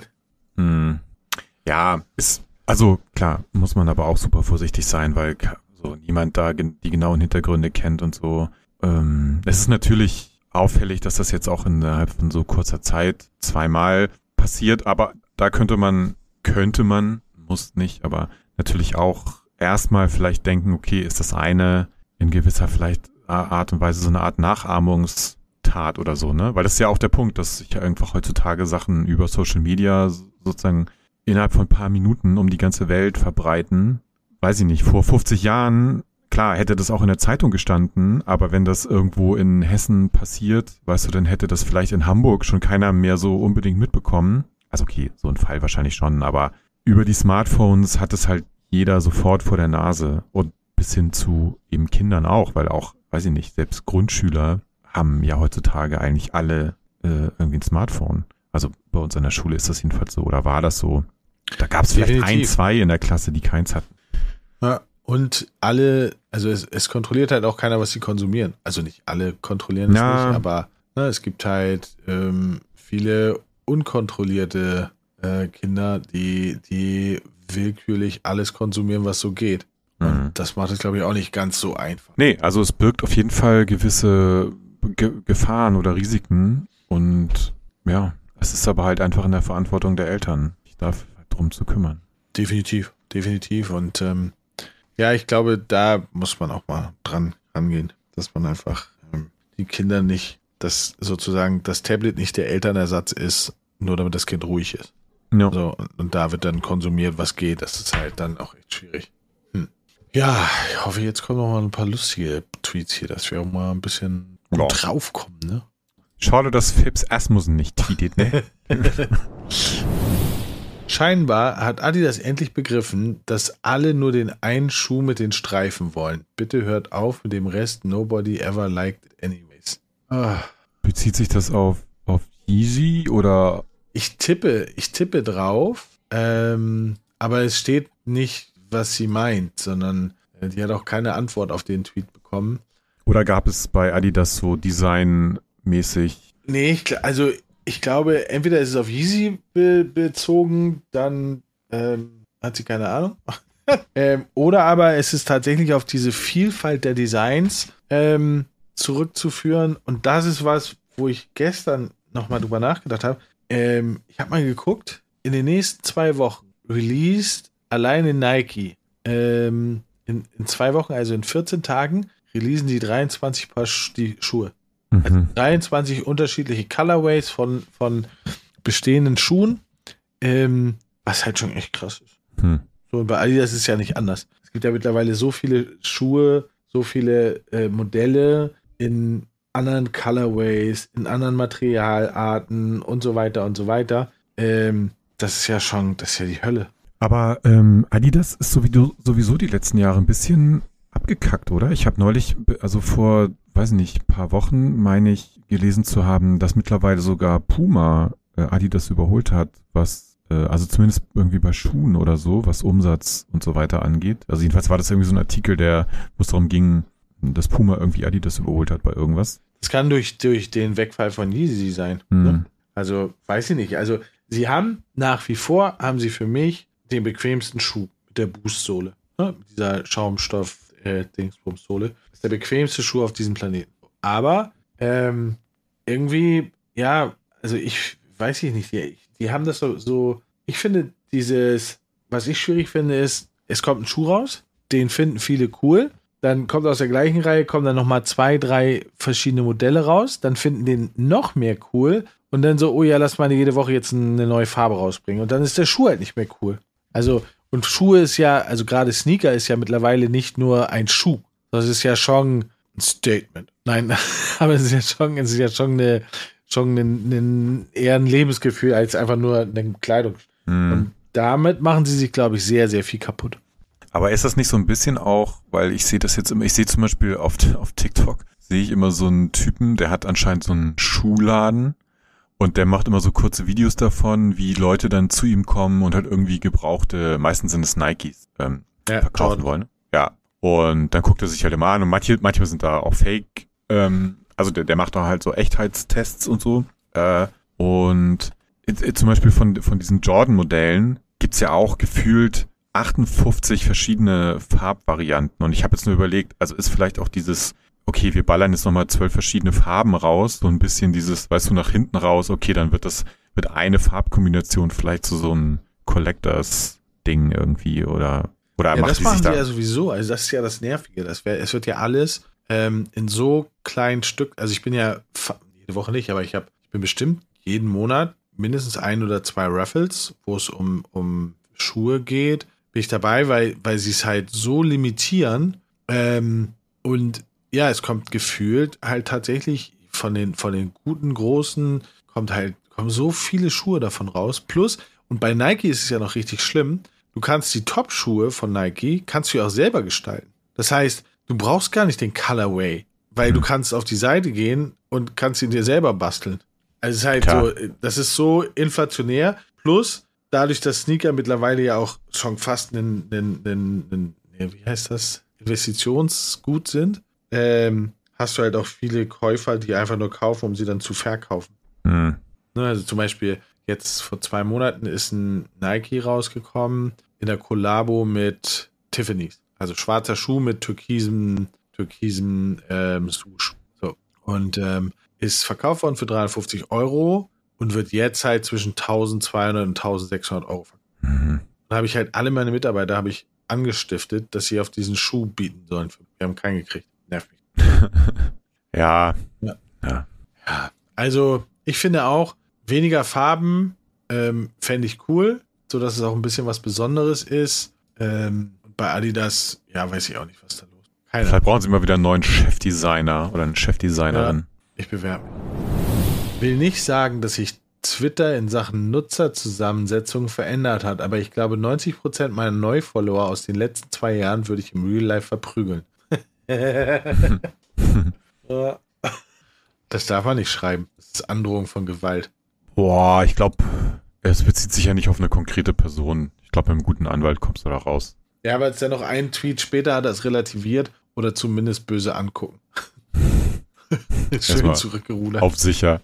Ja, also klar, muss man aber auch super vorsichtig sein, weil so niemand da die genauen Hintergründe kennt und so. Es ist natürlich auffällig, dass das jetzt auch innerhalb von so kurzer Zeit 2-mal passiert, aber da könnte man, muss nicht, aber natürlich auch erstmal vielleicht denken, okay, ist das eine in gewisser vielleicht Art und Weise so eine Art Nachahmungstat Tat oder so, ne? Weil das ist ja auch der Punkt, dass sich ja einfach heutzutage Sachen über Social Media sozusagen innerhalb von ein paar Minuten um die ganze Welt verbreiten. Weiß ich nicht, vor 50 Jahren, klar, hätte das auch in der Zeitung gestanden, aber wenn das irgendwo in Hessen passiert, weißt du, dann hätte das vielleicht in Hamburg schon keiner mehr so unbedingt mitbekommen. Also okay, so ein Fall wahrscheinlich schon, aber über die Smartphones hat es halt jeder sofort vor der Nase und bis hin zu eben Kindern auch, weil auch, weiß ich nicht, selbst Grundschüler haben ja heutzutage eigentlich alle irgendwie ein Smartphone. Also bei uns an der Schule ist das jedenfalls so oder war das so. Da gab es vielleicht 1, 2 in der Klasse, die keins hatten. Ja, und alle, also es kontrolliert halt auch keiner, was sie konsumieren. Also nicht alle kontrollieren es nicht, aber es gibt halt viele unkontrollierte Kinder, die willkürlich alles konsumieren, was so geht. Und das macht es, glaube ich, auch nicht ganz so einfach. Nee, also es birgt auf jeden Fall gewisse Gefahren oder Risiken und ja, es ist aber halt einfach in der Verantwortung der Eltern, sich darum zu kümmern. Definitiv und ja, ich glaube, da muss man auch mal dran rangehen, dass man einfach die Kinder nicht, dass sozusagen das Tablet nicht der Elternersatz ist, nur damit das Kind ruhig ist. Ja. So, und da wird dann konsumiert, was geht. Das ist halt dann auch echt schwierig. Ja, ich hoffe, jetzt kommen noch mal ein paar lustige Tweets hier, dass wir auch mal ein bisschen draufkommen, ne? Schade, dass Phipps Asmussen nicht tweetet, ne? Scheinbar hat Adidas endlich begriffen, dass alle nur den einen Schuh mit den Streifen wollen. Bitte hört auf mit dem Rest. Nobody ever liked it anyways. Bezieht sich das auf Yeezy oder? Ich tippe drauf, aber es steht nicht, was sie meint, sondern die hat auch keine Antwort auf den Tweet bekommen. Oder gab es bei Adidas so designmäßig? Nee, ich glaube, entweder ist es auf Yeezy bezogen, dann hat sie keine Ahnung. Oder aber es ist tatsächlich auf diese Vielfalt der Designs zurückzuführen. Und das ist was, wo ich gestern nochmal drüber nachgedacht habe. Ich habe mal geguckt, in den nächsten 2 Wochen released alleine Nike in 2 Wochen, also in 14 Tagen, releasen die 23 Paar die Schuhe. Also 23 unterschiedliche Colorways von bestehenden Schuhen, was halt schon echt krass ist. So, bei Adidas ist es ja nicht anders. Es gibt ja mittlerweile so viele Schuhe, so viele Modelle in anderen Colorways, in anderen Materialarten und so weiter und so weiter. Das ist ja die Hölle. Aber Adidas ist sowieso die letzten Jahre ein bisschen abgekackt, oder? Ich habe neulich, also vor, weiß nicht, paar Wochen, meine ich, gelesen zu haben, dass mittlerweile sogar Puma Adidas überholt hat, was, also zumindest irgendwie bei Schuhen oder so, was Umsatz und so weiter angeht. Also jedenfalls war das irgendwie so ein Artikel, wo es darum ging, dass Puma irgendwie Adidas überholt hat bei irgendwas. Das kann durch den Wegfall von Yeezy sein. Ne? Also, weiß ich nicht. Also, nach wie vor haben sie für mich den bequemsten Schuh mit der Boost-Sohle. Ne? Dieser Schaumstoff-Dingsbums-Sohle. Das ist der bequemste Schuh auf diesem Planeten. Aber irgendwie, ja, also ich weiß nicht, die haben das so, ich finde was ich schwierig finde, ist, es kommt ein Schuh raus, den finden viele cool, dann kommt aus der gleichen Reihe, kommen dann nochmal 2, 3 verschiedene Modelle raus, dann finden den noch mehr cool und dann so, oh ja, lass mal jede Woche jetzt eine neue Farbe rausbringen und dann ist der Schuh halt nicht mehr cool. Also, und Schuhe ist ja, also gerade Sneaker ist ja mittlerweile nicht nur ein Schuh, das ist ja schon ein Statement. Nein, aber es ist ja schon eher ein Lebensgefühl als einfach nur eine Kleidung. Und damit machen sie sich, glaube ich, sehr, sehr viel kaputt. Aber ist das nicht so ein bisschen auch, weil ich sehe das jetzt immer, ich sehe zum Beispiel auf TikTok, sehe ich immer so einen Typen, der hat anscheinend so einen Schuhladen und der macht immer so kurze Videos davon, wie Leute dann zu ihm kommen und halt irgendwie gebrauchte, meistens sind es Nikes, verkaufen wollen. Ja. Und dann guckt er sich halt immer an und manchmal sind da auch Fake, also der macht da halt so Echtheitstests und so. Und zum Beispiel von diesen Jordan-Modellen gibt's ja auch gefühlt 58 verschiedene Farbvarianten. Und ich habe jetzt nur überlegt, also ist vielleicht auch dieses, okay, wir ballern jetzt nochmal 12 verschiedene Farben raus, so ein bisschen dieses, weißt du, nach hinten raus, okay, dann wird eine Farbkombination vielleicht zu so einem Collectors-Ding irgendwie oder ja, macht das die machen sich sie da... ja sowieso, also das ist ja das Nervige, es wird ja alles in so kleinen Stück, also ich bin ja jede Woche nicht, aber ich bin bestimmt jeden Monat mindestens 1 oder 2 Raffles, wo es um Schuhe geht, bin ich dabei, weil sie es halt so limitieren. Und ja, es kommt gefühlt halt tatsächlich von den guten, großen, kommen so viele Schuhe davon raus. Plus, und bei Nike ist es ja noch richtig schlimm, du kannst die Top-Schuhe von Nike, kannst du ja auch selber gestalten. Das heißt, du brauchst gar nicht den Colorway, weil du kannst auf die Seite gehen und kannst ihn dir selber basteln. Also es ist halt so, das ist so inflationär. Plus, dadurch, dass Sneaker mittlerweile ja auch schon fast wie heißt das, Investitionsgut sind, hast du halt auch viele Käufer, die einfach nur kaufen, um sie dann zu verkaufen. Mhm. Also zum Beispiel jetzt vor 2 Monaten ist ein Nike rausgekommen in der Kollabo mit Tiffany's. Also schwarzer Schuh mit türkisem Swoosh. So. Und ist verkauft worden für 350 € und wird jetzt halt zwischen 1.200 und 1.600 € verkauft. Mhm. Dann habe ich halt alle meine Mitarbeiter angestiftet, dass sie auf diesen Schuh bieten sollen. Wir haben keinen gekriegt. Nervt mich. Ja. Also ich finde auch, weniger Farben fände ich cool, sodass es auch ein bisschen was Besonderes ist. Bei Adidas, ja, weiß ich auch nicht, was da los ist. Vielleicht brauchen sie mal wieder einen neuen Chefdesigner oder eine Chefdesignerin. Ja, ich bewerbe mich. Will nicht sagen, dass sich Twitter in Sachen Nutzerzusammensetzung verändert hat, aber ich glaube, 90% meiner Neufollower aus den letzten 2 Jahren würde ich im Real Life verprügeln. Das darf man nicht schreiben. Das ist Androhung von Gewalt. Boah, ich glaube, es bezieht sich ja nicht auf eine konkrete Person. Ich glaube, mit einem guten Anwalt kommst du da raus. Ja, aber jetzt ja noch einen Tweet später hat er es relativiert oder zumindest böse angucken. Schön zurückgerudert. Auf sicher.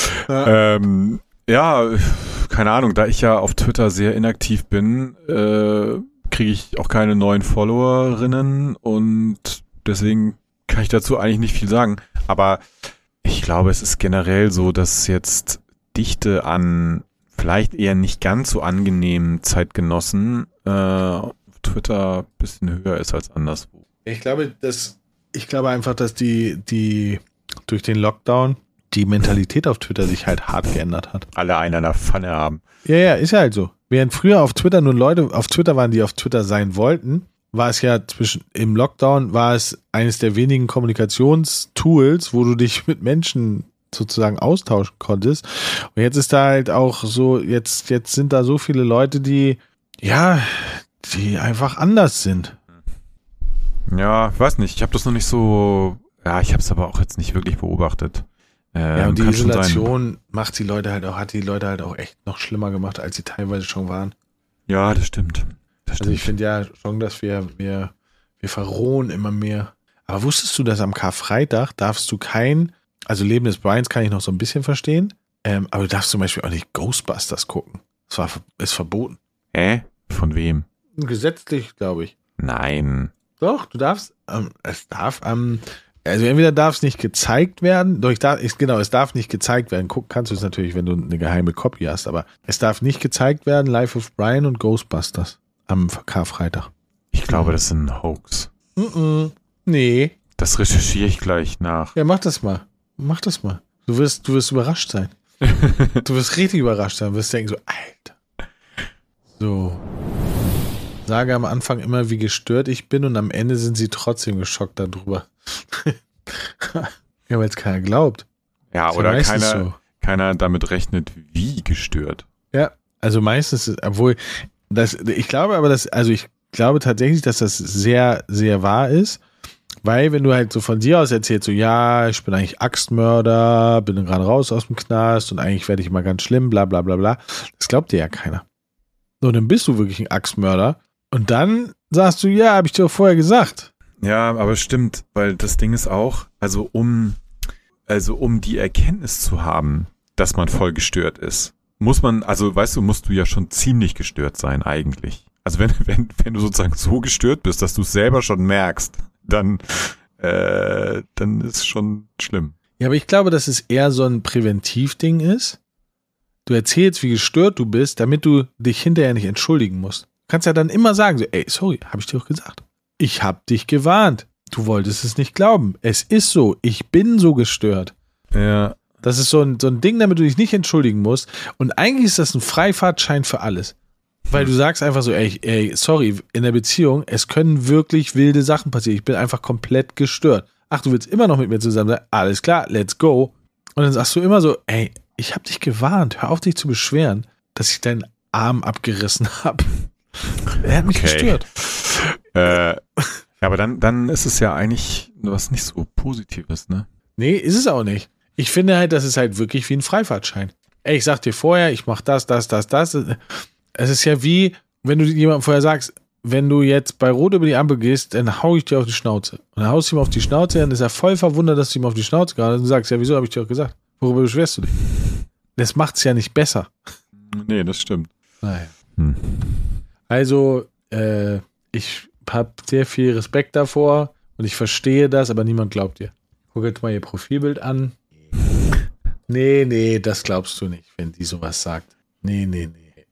Ja, keine Ahnung, da ich ja auf Twitter sehr inaktiv bin, kriege ich auch keine neuen Followerinnen und deswegen kann ich dazu eigentlich nicht viel sagen. Aber ich glaube, es ist generell so, dass jetzt Dichte an vielleicht eher nicht ganz so angenehmen Zeitgenossen auf Twitter ein bisschen höher ist als anderswo. Ich glaube einfach, dass die durch den Lockdown die Mentalität auf Twitter sich halt hart geändert hat. Alle einen an der Pfanne haben. Ja, ist ja halt so. Während früher auf Twitter nur Leute auf Twitter waren, die auf Twitter sein wollten, war es ja im Lockdown war es eines der wenigen Kommunikationstools, wo du dich mit Menschen sozusagen austauschen konntest. Und jetzt ist da halt auch so, jetzt sind da so viele Leute, die einfach anders sind. Ja, weiß nicht. Ich habe das noch nicht so, ich habe es aber auch jetzt nicht wirklich beobachtet. Und die Isolation hat die Leute halt auch echt noch schlimmer gemacht, als sie teilweise schon waren. Ja, das stimmt. Also ich finde ja schon, dass wir verrohen immer mehr. Aber wusstest du, dass am Karfreitag darfst du also Leben des Brians kann ich noch so ein bisschen verstehen, aber du darfst zum Beispiel auch nicht Ghostbusters gucken. Ist verboten. Von wem? Gesetzlich, glaube ich. Nein. Doch, du darfst, also entweder darf es nicht gezeigt werden, es darf nicht gezeigt werden. Gucken kannst du es natürlich, wenn du eine geheime Copy hast, aber es darf nicht gezeigt werden, Life of Brian und Ghostbusters am Karfreitag. Ich glaube, das sind ein Hoax. Nee. Das recherchiere ich gleich nach. Ja, mach das mal. Du wirst überrascht sein. Du wirst richtig überrascht sein. Du wirst denken so, Alter. So. Sage am Anfang immer, wie gestört ich bin und am Ende sind sie trotzdem geschockt darüber. Ja, weil es keiner glaubt. Ja, oder keiner damit rechnet, wie gestört. Ja, also meistens, ich glaube tatsächlich, dass das sehr, sehr wahr ist, weil wenn du halt so von dir aus erzählst, so ja, ich bin eigentlich Axtmörder, bin gerade raus aus dem Knast und eigentlich werde ich mal ganz schlimm, bla bla bla bla, das glaubt dir ja keiner. So, dann bist du wirklich ein Axtmörder und dann sagst du, ja, habe ich dir doch vorher gesagt. Ja, aber stimmt, weil das Ding ist auch, also um die Erkenntnis zu haben, dass man voll gestört ist, musst du ja schon ziemlich gestört sein eigentlich. Also wenn du sozusagen so gestört bist, dass du es selber schon merkst, dann ist es schon schlimm. Ja, aber ich glaube, dass es eher so ein Präventivding ist. Du erzählst, wie gestört du bist, damit du dich hinterher nicht entschuldigen musst. Du kannst ja dann immer sagen, so, ey, sorry, habe ich dir doch gesagt. Ich habe dich gewarnt. Du wolltest es nicht glauben. Es ist so. Ich bin so gestört. Ja. Das ist so ein Ding, damit du dich nicht entschuldigen musst. Und eigentlich ist das ein Freifahrtschein für alles. Weil du sagst einfach so, ey, sorry, in der Beziehung, es können wirklich wilde Sachen passieren. Ich bin einfach komplett gestört. Ach, du willst immer noch mit mir zusammen sein? Alles klar, let's go. Und dann sagst du immer so, ey, ich hab dich gewarnt, hör auf dich zu beschweren, dass ich deinen Arm abgerissen habe. Er hat mich gestört. Ja, aber dann ist es ja eigentlich was nicht so Positives, ne? Nee, ist es auch nicht. Ich finde halt, das ist halt wirklich wie ein Freifahrtschein. Ey, ich sag dir vorher, ich mach das. Es ist ja wie, wenn du jemandem vorher sagst, wenn du jetzt bei Rot über die Ampel gehst, dann hau ich dir auf die Schnauze. Und dann haust du ihm auf die Schnauze, dann ist er voll verwundert, dass du ihm auf die Schnauze gehauen hast und du sagst, ja, wieso habe ich dir auch gesagt? Worüber beschwerst du dich? Das macht's ja nicht besser. Nee, das stimmt. Naja. Also, ich habe sehr viel Respekt davor und ich verstehe das, aber niemand glaubt dir. Guck jetzt mal ihr Profilbild an. Nee, das glaubst du nicht, wenn die sowas sagt. Nee.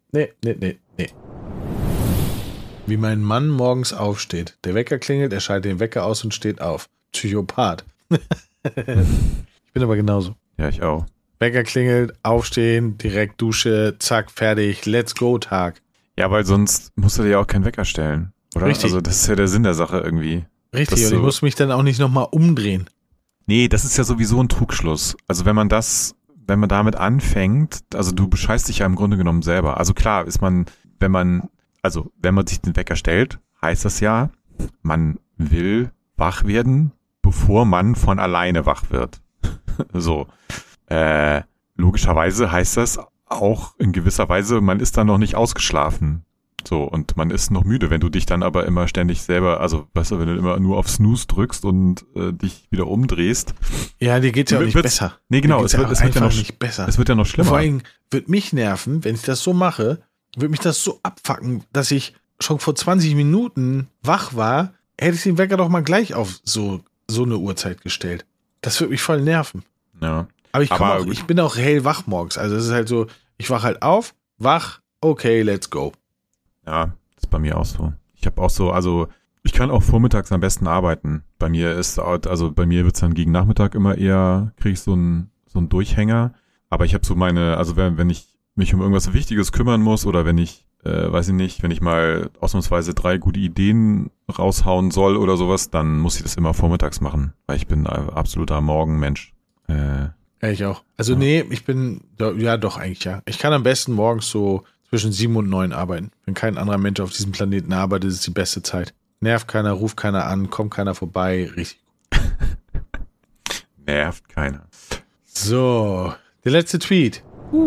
Wie mein Mann morgens aufsteht. Der Wecker klingelt, er schaltet den Wecker aus und steht auf. Psychopath. Ich bin aber genauso. Ja, ich auch. Wecker klingelt, aufstehen, direkt Dusche, zack, fertig, let's go Tag. Ja, weil sonst musst du dir ja auch keinen Wecker stellen, oder? Richtig. Also das ist ja der Sinn der Sache irgendwie. Richtig, und so, ich muss mich dann auch nicht nochmal umdrehen. Nee, das ist ja sowieso ein Trugschluss. Also wenn man damit anfängt, also du bescheißt dich ja im Grunde genommen selber. Also klar ist man, wenn man sich den Wecker stellt, heißt das ja, man will wach werden, bevor man von alleine wach wird. So. Logischerweise heißt das auch in gewisser Weise, man ist dann noch nicht ausgeschlafen. So, und man ist noch müde. Wenn du dich dann aber immer ständig selber, also weißt du, wenn du immer nur auf Snooze drückst und dich wieder umdrehst. Ja, dir geht's ja auch nicht besser. Nee, genau, es wird ja noch nicht besser. Es wird ja noch schlimmer. Vor allem wird mich nerven, wenn ich das so mache, wird mich das so abfucken, dass ich schon vor 20 Minuten wach war, hätte ich den Wecker doch mal gleich auf so eine Uhrzeit gestellt. Das wird mich voll nerven. Ja. Aber ich bin auch hellwach morgens. Also es ist halt so, ich wach halt auf, wach, okay, let's go. Ja, das ist bei mir auch so. Ich habe auch so, also ich kann auch vormittags am besten arbeiten. Bei mir wird's dann gegen Nachmittag immer eher, kriege ich so einen Durchhänger. Aber ich habe so also wenn ich mich um irgendwas Wichtiges kümmern muss oder wenn ich, wenn ich mal ausnahmsweise 3 gute Ideen raushauen soll oder sowas, dann muss ich das immer vormittags machen, weil ich bin ein absoluter Morgenmensch. Ja, ich auch. Also nee, ich bin, ja doch eigentlich ja. Ich kann am besten morgens so zwischen 7 und 9 arbeiten. Wenn kein anderer Mensch auf diesem Planeten arbeitet, ist die beste Zeit. Nervt keiner, ruft keiner an, kommt keiner vorbei, richtig gut. Nervt keiner. So, der letzte Tweet.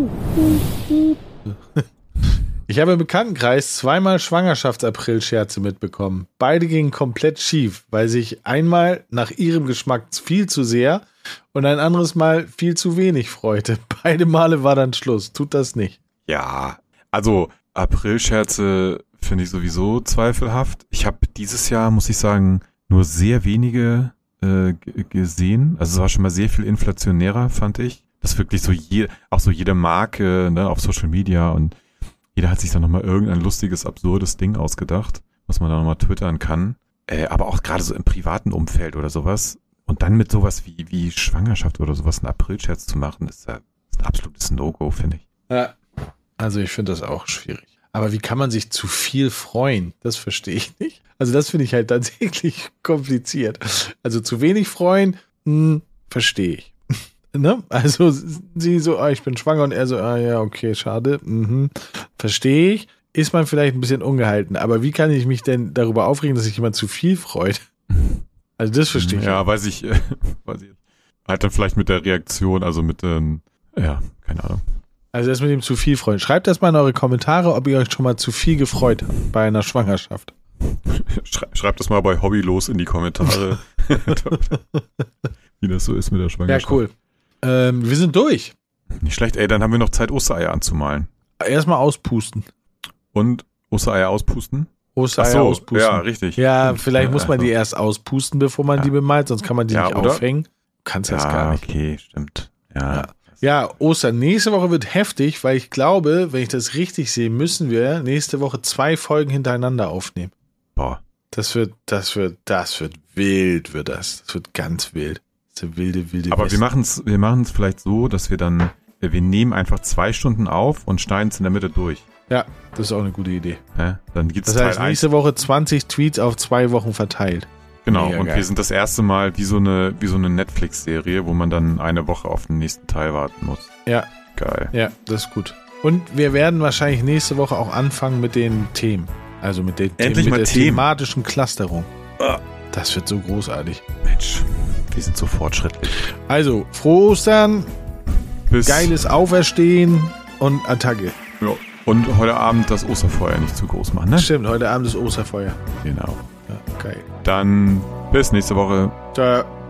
Ich habe im Bekanntenkreis 2-mal Schwangerschafts-April-Scherze mitbekommen. Beide gingen komplett schief, weil sich einmal nach ihrem Geschmack viel zu sehr und ein anderes Mal viel zu wenig freute. Beide Male war dann Schluss. Tut das nicht. Ja, also April-Scherze finde ich sowieso zweifelhaft. Ich habe dieses Jahr, muss ich sagen, nur sehr wenige gesehen. Also es war schon mal sehr viel inflationärer, fand ich. Das wirklich so jede Marke, ne, auf Social Media und jeder hat sich dann nochmal irgendein lustiges, absurdes Ding ausgedacht, was man dann nochmal twittern kann. Aber auch gerade so im privaten Umfeld oder sowas. Und dann mit sowas wie Schwangerschaft oder sowas einen April-Scherz zu machen, ist ein absolutes No-Go, finde ich. Ja. Also ich finde das auch schwierig. Aber wie kann man sich zu viel freuen? Das verstehe ich nicht. Also das finde ich halt tatsächlich kompliziert. Also zu wenig freuen, verstehe ich. Ne? Also sie so, ich bin schwanger und er so, ja, okay, schade. Verstehe ich. Ist man vielleicht ein bisschen ungehalten. Aber wie kann ich mich denn darüber aufregen, dass sich jemand zu viel freut? Also das verstehe ich. Ja, weiß ich. Halt dann vielleicht mit der Reaktion, also mit ja, keine Ahnung. Also das mit dem zu viel freuen. Schreibt das mal in eure Kommentare, ob ihr euch schon mal zu viel gefreut habt bei einer Schwangerschaft. Schreibt das mal bei Hobbylos in die Kommentare, wie das so ist mit der Schwangerschaft. Ja, cool. Wir sind durch. Nicht schlecht, ey, dann haben wir noch Zeit, Ostereier anzumalen. Erstmal auspusten. Und Ostereier auspusten? Ostereier auspusten. Ja, richtig. Ja, vielleicht muss man die erst auspusten, bevor man die bemalt, sonst kann man die nicht aufhängen. Du kannst das gar nicht. Okay, stimmt. Ja, Ostern. Nächste Woche wird heftig, weil ich glaube, wenn ich das richtig sehe, müssen wir nächste Woche 2 Folgen hintereinander aufnehmen. Boah. Das wird wild, wird das. Das wird ganz wild. Das ist eine wilde Aber West. wir machen's vielleicht so, dass wir dann, wir nehmen einfach 2 Stunden auf und schneiden es in der Mitte durch. Ja, das ist auch eine gute Idee. Ja, dann gibt's Das heißt, Teil 1. nächste Woche 20 Tweets auf 2 Wochen verteilt. Genau, Mega und geil. wir sind das erste Mal wie so eine Netflix-Serie, wo man dann eine Woche auf den nächsten Teil warten muss. Ja, Geil. ja, das ist gut. Und wir werden wahrscheinlich nächste Woche auch anfangen mit den Themen. Also mit, Endlich mit mal der Themen. thematischen Clusterung. Das wird so großartig. Mensch, wir sind so fortschrittlich. Also, frohe Ostern, Bis geiles Auferstehen und Attacke. Ja. Und heute Abend das Osterfeuer nicht zu groß machen, ne? Stimmt, heute Abend ist Osterfeuer. Genau. Ja, geil. Dann bis nächste Woche. Ciao.